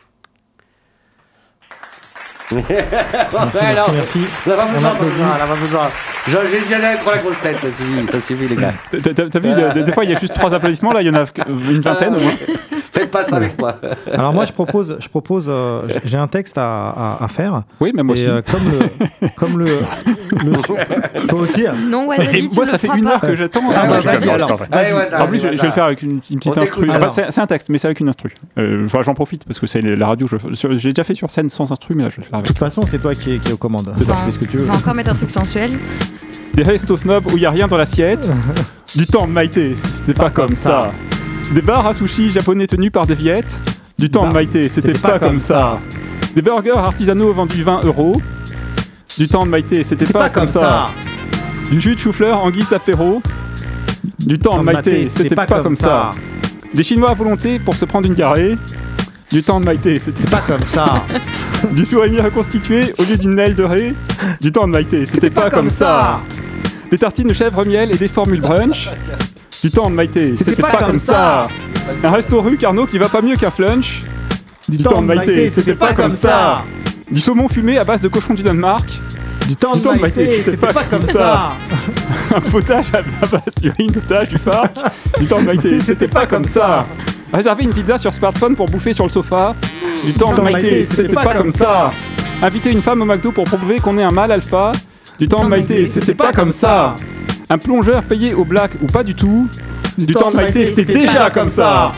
Merci. On n'a pas besoin. J'ai déjà être la grosse tête, ça suffit les gars. T'as vu, des fois il y a juste 3 applaudissements, là il y en a une vingtaine au moins. Faites pas ça avec moi. Alors moi, je propose, j'ai un texte à faire. Oui, mais moi aussi. Comme le toi aussi. Non, Wasabi, moi, ça fait 1 heure que j'attends. Vas-y alors. En plus, je vais le faire avec une petite instru. Enfin, c'est un texte, mais c'est avec une instru. J'en profite parce que c'est la radio. J'ai déjà fait sur scène sans instru, mais là, je vais le faire avec. De toute façon, c'est toi qui es aux commandes. Tu fais ce que tu veux. On va encore mettre un truc sensuel. Des restos snobs où il n'y a rien dans l'assiette. Du temps de Maïté, c'était pas comme ça. Des bars à sushi japonais tenus par des viettes. Du temps de Maïté, c'était pas comme ça. Des burgers artisanaux vendus 20 €. Du temps de Maïté, c'était pas comme ça. Du jus de chou-fleur en guise d'apéro. Du temps de Maïté, c'était pas comme ça. Des Chinois à volonté pour se prendre une diarrhée. Du temps de Maïté, c'était pas comme ça. Du sourimi reconstitué au lieu d'une aile de raie. Du temps de Maïté, c'était pas comme ça. Des tartines de chèvre miel et des formules brunch. Du temps de Maïté, c'était pas comme ça. Un resto rue Carnot qui va pas mieux qu'un flunch. Du temps de Maïté, c'était pas comme ça. Du saumon fumé à base de cochon du Danemark. Du temps de Maïté, c'était pas comme ça. Un potage à base d'urine d'otage du phare. Du temps de Maïté, c'était pas comme ça. Réserver une pizza sur smartphone pour bouffer sur le sofa. Du temps de Maïté, c'était pas comme ça. Inviter une femme au McDo pour prouver qu'on est un mâle alpha. Du temps de Maïté, c'était pas comme ça. Un plongeur payé au black ou pas du tout. Du temps de Maïté, c'était déjà comme ça.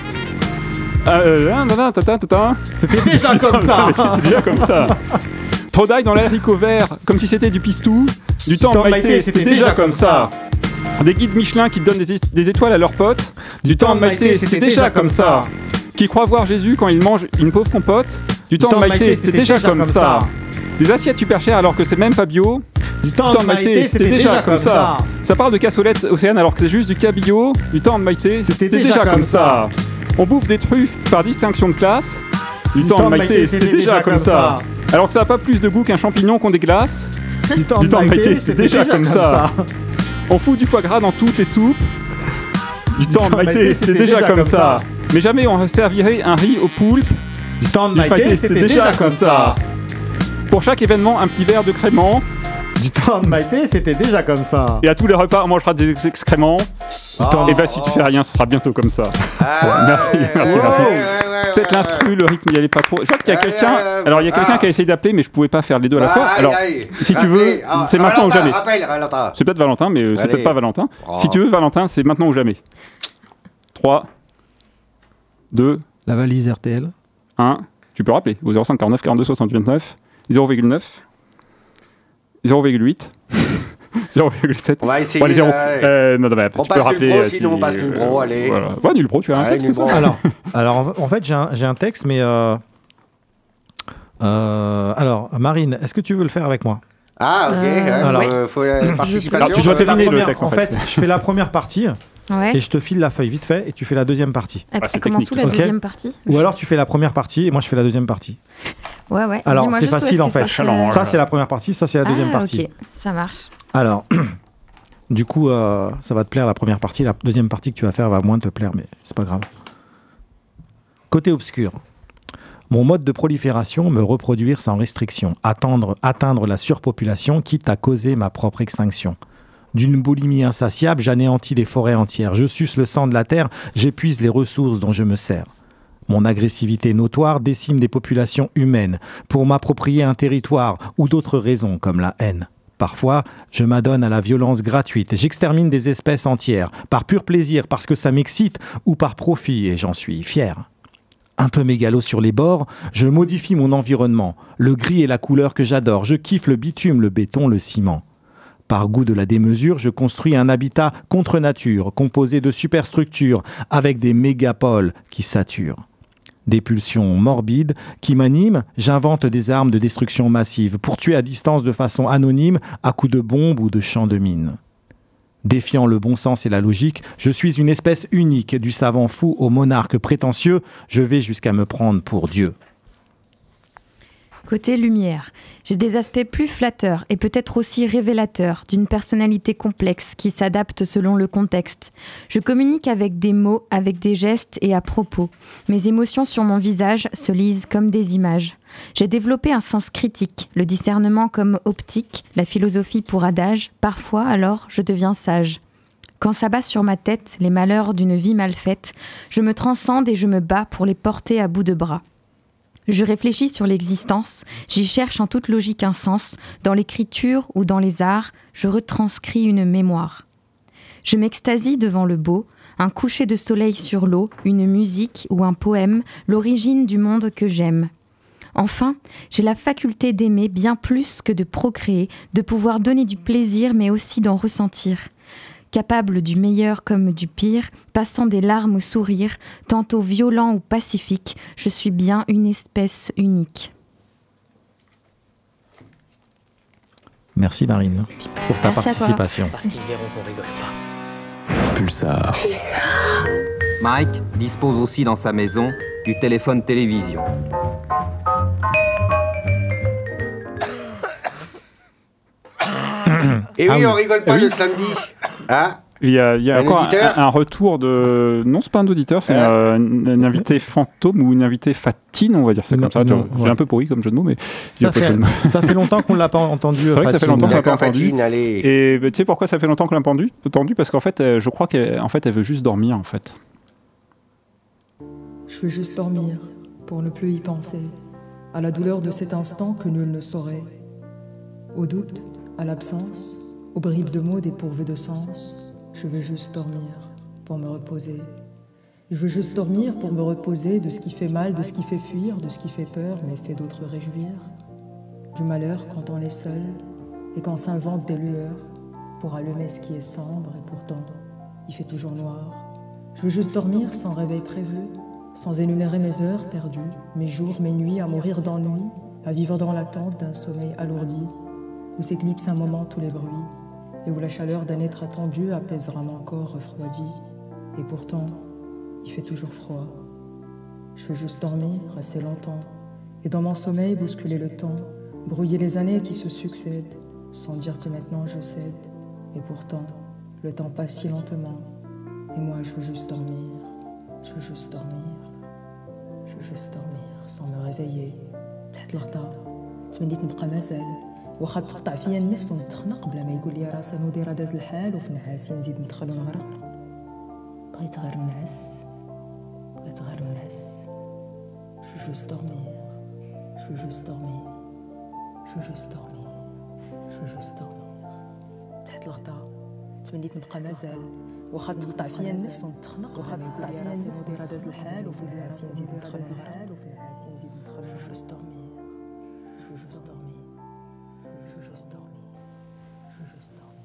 C'était déjà comme ça. C'est déjà comme ça. Trop d'ail dans l'haricot vert, comme si c'était du pistou. Du temps de Maïté, c'était déjà comme ça. Des guides Michelin qui donnent des étoiles à leurs potes. Du temps de Maïté, c'était déjà comme ça. Qui croient voir Jésus quand il mange une pauvre compote. Du temps de Maïté, c'était déjà comme ça. Des assiettes super chères alors que c'est même pas bio. Du temps de Maïté, c'était déjà comme ça. Ça parle de cassolette océane alors que c'est juste du cabillaud. Du temps de Maïté, c'était déjà comme ça. On bouffe des truffes par distinction de classe. Du temps de Maïté, c'était déjà comme ça. Alors que ça n'a pas plus de goût qu'un champignon qu'on déglace. Du temps de Maïté, c'était déjà comme ça. On fout du foie gras dans toutes les soupes. Du temps de Maïté, c'était déjà comme ça. Mais jamais on servirait un riz au poulpe. Du temps de Maïté, c'était déjà comme ça. Pour chaque événement, un petit verre de crément. Du temps de Maïté, c'était déjà comme ça. Et à tous les repas, on mangera des excréments. Et bah si tu fais rien, ce sera bientôt comme ça. Merci. Peut-être l'instru, le rythme, il n'y allait pas trop. Je crois qu'il y a quelqu'un. Alors il y a quelqu'un qui a essayé d'appeler, mais je pouvais pas faire les deux à la fois. Alors si tu veux, c'est maintenant ou jamais. C'est peut-être Valentin, mais c'est peut-être pas Valentin. Si tu veux, Valentin, c'est maintenant ou jamais. 3, 2. La valise RTL. 1. Tu peux rappeler au 05 49 42 60 29 0,9 0,8 0,7. On va essayer. Bon, allez, 0. Non, mais après, on tu peux rappeler. Pro, sinon on passe une pro, allez. Voilà. Ouais, nul pro, tu as un texte, c'est ça. Alors, en fait, j'ai un texte, mais... alors, Marine, est-ce que tu veux le faire avec moi ? Ah, ok. Alors, faut la participation. Alors, tu dois deviner le texte, en fait. Je fais la première partie. Ouais. Et je te file la feuille vite fait et tu fais la deuxième partie. Comment sous la deuxième partie ? Ou alors tu fais la première partie et moi je fais la deuxième partie. Ouais. Alors dis-moi c'est juste facile en fait. Ça c'est la première partie, ça c'est la deuxième partie. Ok, ça marche. Alors, du coup, ça va te plaire la première partie. La deuxième partie que tu vas faire va moins te plaire, mais c'est pas grave. Côté obscur. Mon mode de prolifération, me reproduire sans restriction, atteindre la surpopulation, quitte à causer ma propre extinction. D'une boulimie insatiable, j'anéantis des forêts entières. Je suce le sang de la terre, j'épuise les ressources dont je me sers. Mon agressivité notoire décime des populations humaines pour m'approprier un territoire ou d'autres raisons comme la haine. Parfois, je m'adonne à la violence gratuite. J'extermine des espèces entières, par pur plaisir, parce que ça m'excite, ou par profit, et j'en suis fier. Un peu mégalo sur les bords, je modifie mon environnement. Le gris est la couleur que j'adore. Je kiffe le bitume, le béton, le ciment. Par goût de la démesure, je construis un habitat contre nature, composé de superstructures, avec des mégapoles qui saturent. Des pulsions morbides qui m'animent, j'invente des armes de destruction massive pour tuer à distance de façon anonyme à coups de bombes ou de champs de mines. Défiant le bon sens et la logique, je suis une espèce unique, du savant fou au monarque prétentieux, je vais jusqu'à me prendre pour Dieu. Côté lumière, j'ai des aspects plus flatteurs et peut-être aussi révélateurs d'une personnalité complexe qui s'adapte selon le contexte. Je communique avec des mots, avec des gestes et à propos. Mes émotions sur mon visage se lisent comme des images. J'ai développé un sens critique, le discernement comme optique, la philosophie pour adage. Parfois, alors, je deviens sage. Quand s'abat sur ma tête les malheurs d'une vie mal faite, je me transcende et je me bats pour les porter à bout de bras. Je réfléchis sur l'existence, j'y cherche en toute logique un sens. Dans l'écriture ou dans les arts, je retranscris une mémoire. Je m'extasie devant le beau, un coucher de soleil sur l'eau, une musique ou un poème, l'origine du monde que j'aime. Enfin, j'ai la faculté d'aimer bien plus que de procréer, de pouvoir donner du plaisir mais aussi d'en ressentir. Capable du meilleur comme du pire, passant des larmes au sourire, tantôt violent ou pacifique, je suis bien une espèce unique. Merci Marine pour ta Merci participation. Parce qu'ils verront qu'on rigole pas. Pulsar. Mike dispose aussi dans sa maison du téléphone-télévision. Et oui, on rigole pas le samedi. Ah, il y a encore un retour de... Non, c'est pas un auditeur, c'est un invité fantôme ou une invitée fatine, on va dire ça comme ça. J'ai un peu pourri comme jeu de mots, mais... Ça fait longtemps qu'on ne l'a pas entendu. C'est vrai que ça fait longtemps qu'on l'a pas entendu. Fatine, allez. Et tu sais pourquoi ça fait longtemps qu'on l'a entendu? Parce qu'en fait, je crois qu'elle elle veut juste dormir, en fait. Je veux juste dormir, pour ne plus y penser, à la douleur de cet instant que nul ne saurait, au doute, à l'absence, aux bribes de mots dépourvus de sens. Je veux juste dormir pour me reposer. Je veux juste dormir pour me reposer de ce qui fait mal, de ce qui fait fuir, de ce qui fait peur, mais fait d'autres réjouir. Du malheur quand on est seul et quand s'inventent des lueurs pour allumer ce qui est sombre et pourtant il fait toujours noir. Je veux juste dormir sans réveil prévu, sans énumérer mes heures perdues, mes jours, mes nuits, à mourir d'ennui, à vivre dans l'attente d'un sommeil alourdi, où s'éclipsent un moment tous les bruits, et où la chaleur d'un être attendu apaisera mon corps refroidi. Et pourtant, il fait toujours froid. Je veux juste dormir assez longtemps, et dans mon sommeil bousculer le temps, brouiller les années qui se succèdent, sans dire que maintenant je cède. Et pourtant, le temps passe si lentement, et moi je veux juste dormir, je veux juste dormir, je veux juste dormir, sans me réveiller. تحت الغطاء تمنيت نبقى مازال واخا تقطع فيا النفس ونتخنق بلا ما يقول لي راسا مديره داز الحال وفي نعاسي نزيد ندخل ونغرق. بغيت غير نعس، بغيت غير نعس. Je veux juste dormir, je veux juste dormir, je veux juste dormir, je veux juste dormir. تحت الغطاء تمنيت نبقى مازال واخا تقطع فيا النفس ونتخنق بلا ما يقول لي راسي مديره داز الحال وفي نعاسي نزيد ندخل ونغرق. Je veux juste dormir, je veux juste dormir, je veux juste dormir, je veux juste dormir.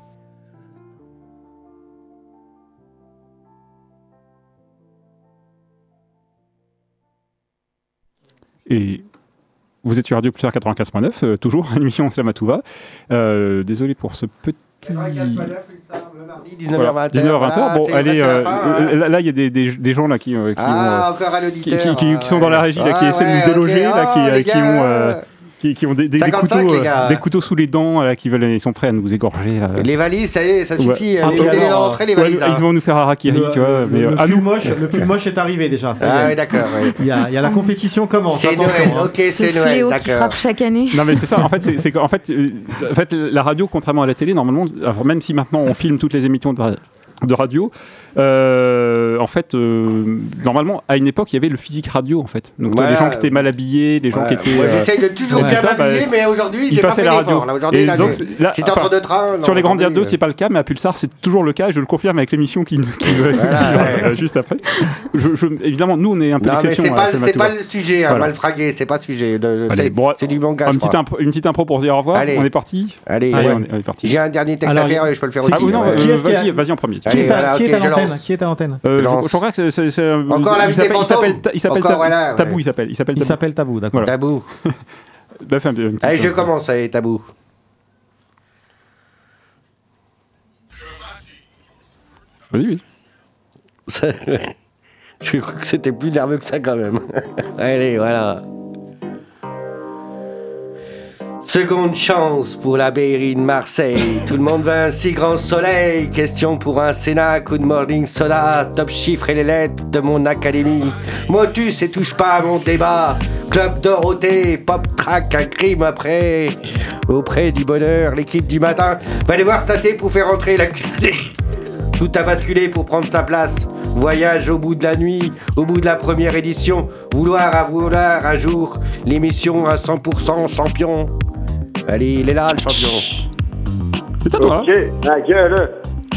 Et vous êtes sur Radio Pulsar 95.9, toujours à l'émission Slamatouva. Désolé pour ce petit... Le mardi, 19h20. Voilà, 19h20. Voilà, bon, allez, hein. Là, il y a des gens là qui encore un auditeur, qui sont dans la régie, là, qui essaient de nous déloger, là, qui ont des couteaux sous les dents, là, ils sont prêts à nous égorger. Là. Les valises, ça y est, ça suffit. Mettez-les dans l'entrée, les valises. Ils vont nous faire harakiri, tu vois. Le plus moche est arrivé déjà. Oui, d'accord. Ouais. Il y a la compétition commence. C'est Noël, ok, c'est Noël, fléau d'accord. qui frappe chaque année. Non, mais c'est ça. En fait, la radio, contrairement à la télé, normalement, alors même si maintenant on filme toutes les émissions de radio, normalement, à une époque, il y avait le physique radio, en fait. Donc, voilà. les gens qui étaient mal habillés, les gens qui étaient... Moi, j'essaye de toujours bien m'habiller, mais aujourd'hui, j'ai pas fait l'effort. Là, aujourd'hui, j'étais en train de train. Sur les grandes radios, c'est pas le cas, mais à Pulsar, c'est toujours le cas, et je le confirme avec l'émission qui juste après. Évidemment, nous, on est un peu l'exception. C'est pas le sujet, mal fragué, c'est pas le sujet. C'est du manga, une petite impro pour se dire au revoir. On est parti. Allez, on est parti. J'ai un dernier texte à faire, je peux le faire aussi. Vas-y en premier. Qui est à l'antenne? Je crois que c'est encore l'invité fantôme. Il s'appelle Tabou. Il s'appelle Tabou, d'accord. Tabou. Allez, je commence, allez, Tabou. Oui. Je crois que c'était plus nerveux que ça quand même. Allez, voilà. Seconde chance pour la BRI de Marseille. Tout le monde veut un si grand soleil. Question pour un Sénat, coup de morning soda. Top chiffres et les lettres de mon académie. Motus et touche pas à mon débat. Club Dorothée, pop track, un crime après. Auprès du bonheur, l'équipe du matin va devoir stater pour faire entrer l'accusé. Tout a basculé pour prendre sa place. Voyage au bout de la nuit, au bout de la première édition. Vouloir un jour, l'émission à 100% champion. Allez, il est là, le champion. C'est à toi. Ok, la gueule.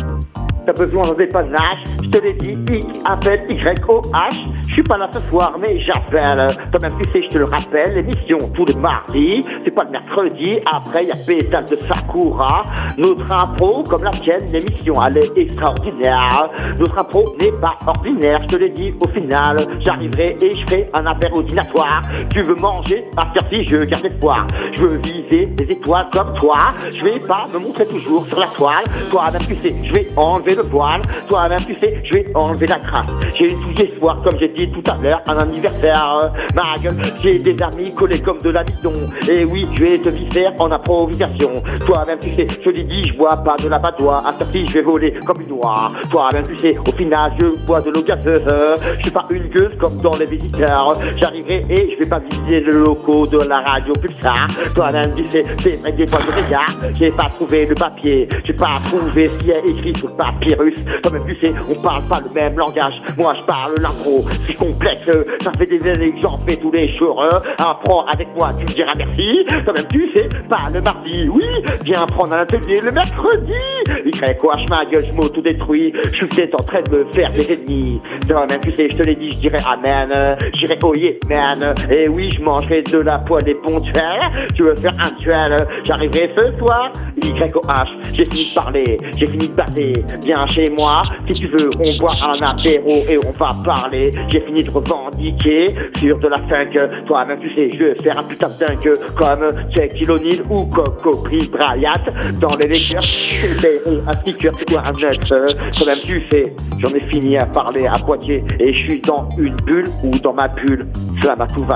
T'as besoin d'un dépannage, je te l'ai dit, X appelle YOH. Je suis pas là ce soir, mais j'appelle. Toi-même, tu sais, je te le rappelle, l'émission tous les mardis, c'est pas le mercredi. Après, y a Pétale de Sakura. Notre impro, comme la tienne, l'émission, elle est extraordinaire. Notre impro n'est pas ordinaire, je te l'ai dit, au final, j'arriverai et je ferai un apéro dînatoire. Tu veux manger, à faire si je garde espoir. Je veux viser des étoiles comme toi. Je vais pas me montrer toujours sur la toile. Toi-même, tu sais, je vais enlever le voile, toi-même tu sais, je vais enlever la crasse. J'ai eu tous les soirs, comme j'ai dit tout à l'heure, un anniversaire. Ma gueule, j'ai des amis collés comme de l'amidon. Et oui, je vais te visser en improvisation. Toi-même tu sais, je l'ai dit, je bois pas de la patois. À sortie, je vais voler comme une noire. Toi-même tu sais, au final, je bois de l'eau gazeuse. Je suis pas une gueuse comme dans les visiteurs. J'arriverai et je vais pas visiter le locaux de la radio Pulsar. Toi-même tu sais, c'est vrai des fois je regarde. J'ai pas trouvé le papier, j'ai pas trouvé ce qui est écrit sur le papier. Toi-même tu sais, on parle pas le même langage. Moi je parle l'impro, c'est complexe. Ça fait des années que j'en fais tous les jours. Apprends avec moi, tu me diras merci. Toi-même tu sais, pas le mardi. Oui, viens prendre un atelier le mercredi. YOH, ma gueule, je m'auto-détruis. Je suis peut-être en train de me faire des ennemis. Toi-même tu sais, je te l'ai dit, je dirais amen. J'irai oh yeah man. Et oui, je mangerai de la poêlée ponctuelle. Tu veux faire un duel? J'arriverai ce soir. YOH, j'ai fini de parler, j'ai fini de batter. Viens chez moi, si tu veux, on boit un apéro et on va parler. J'ai fini de revendiquer sur de la funk. Toi-même tu sais, je vais faire un putain de dunk comme Shaquille O'Neal ou Coco Bryant. Dans les Lakers, je verrai un sticker, c'est quoi un nut? Toi-même tu sais, j'en ai fini à parler à Poitiers et je suis dans une bulle ou dans ma bulle. Slamatouva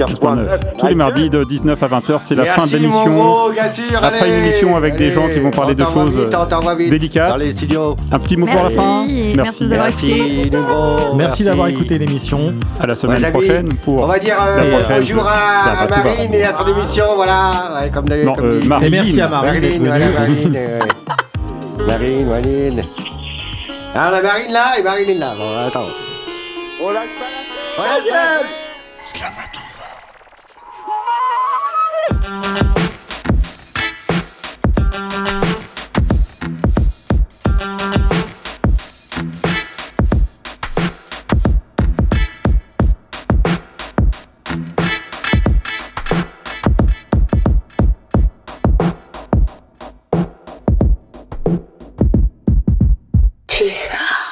95.9. Tous les mardis de 19 à 20h, c'est la fin de l'émission. Gros, bien sûr, après allez, une émission avec des gens qui vont parler de choses délicates. Dans les studios. Un petit mot pour la fin. Merci d'avoir écouté. Merci d'avoir écouté l'émission. À la semaine prochaine pour. On va dire bonjour à Marine et à son émission, voilà. Ouais, comme dit. Et merci à Marine d'être venue. Marine. Ah, la Marine là et Marine est là. Bon, attends. On lâche pas la gueule. Pulsar.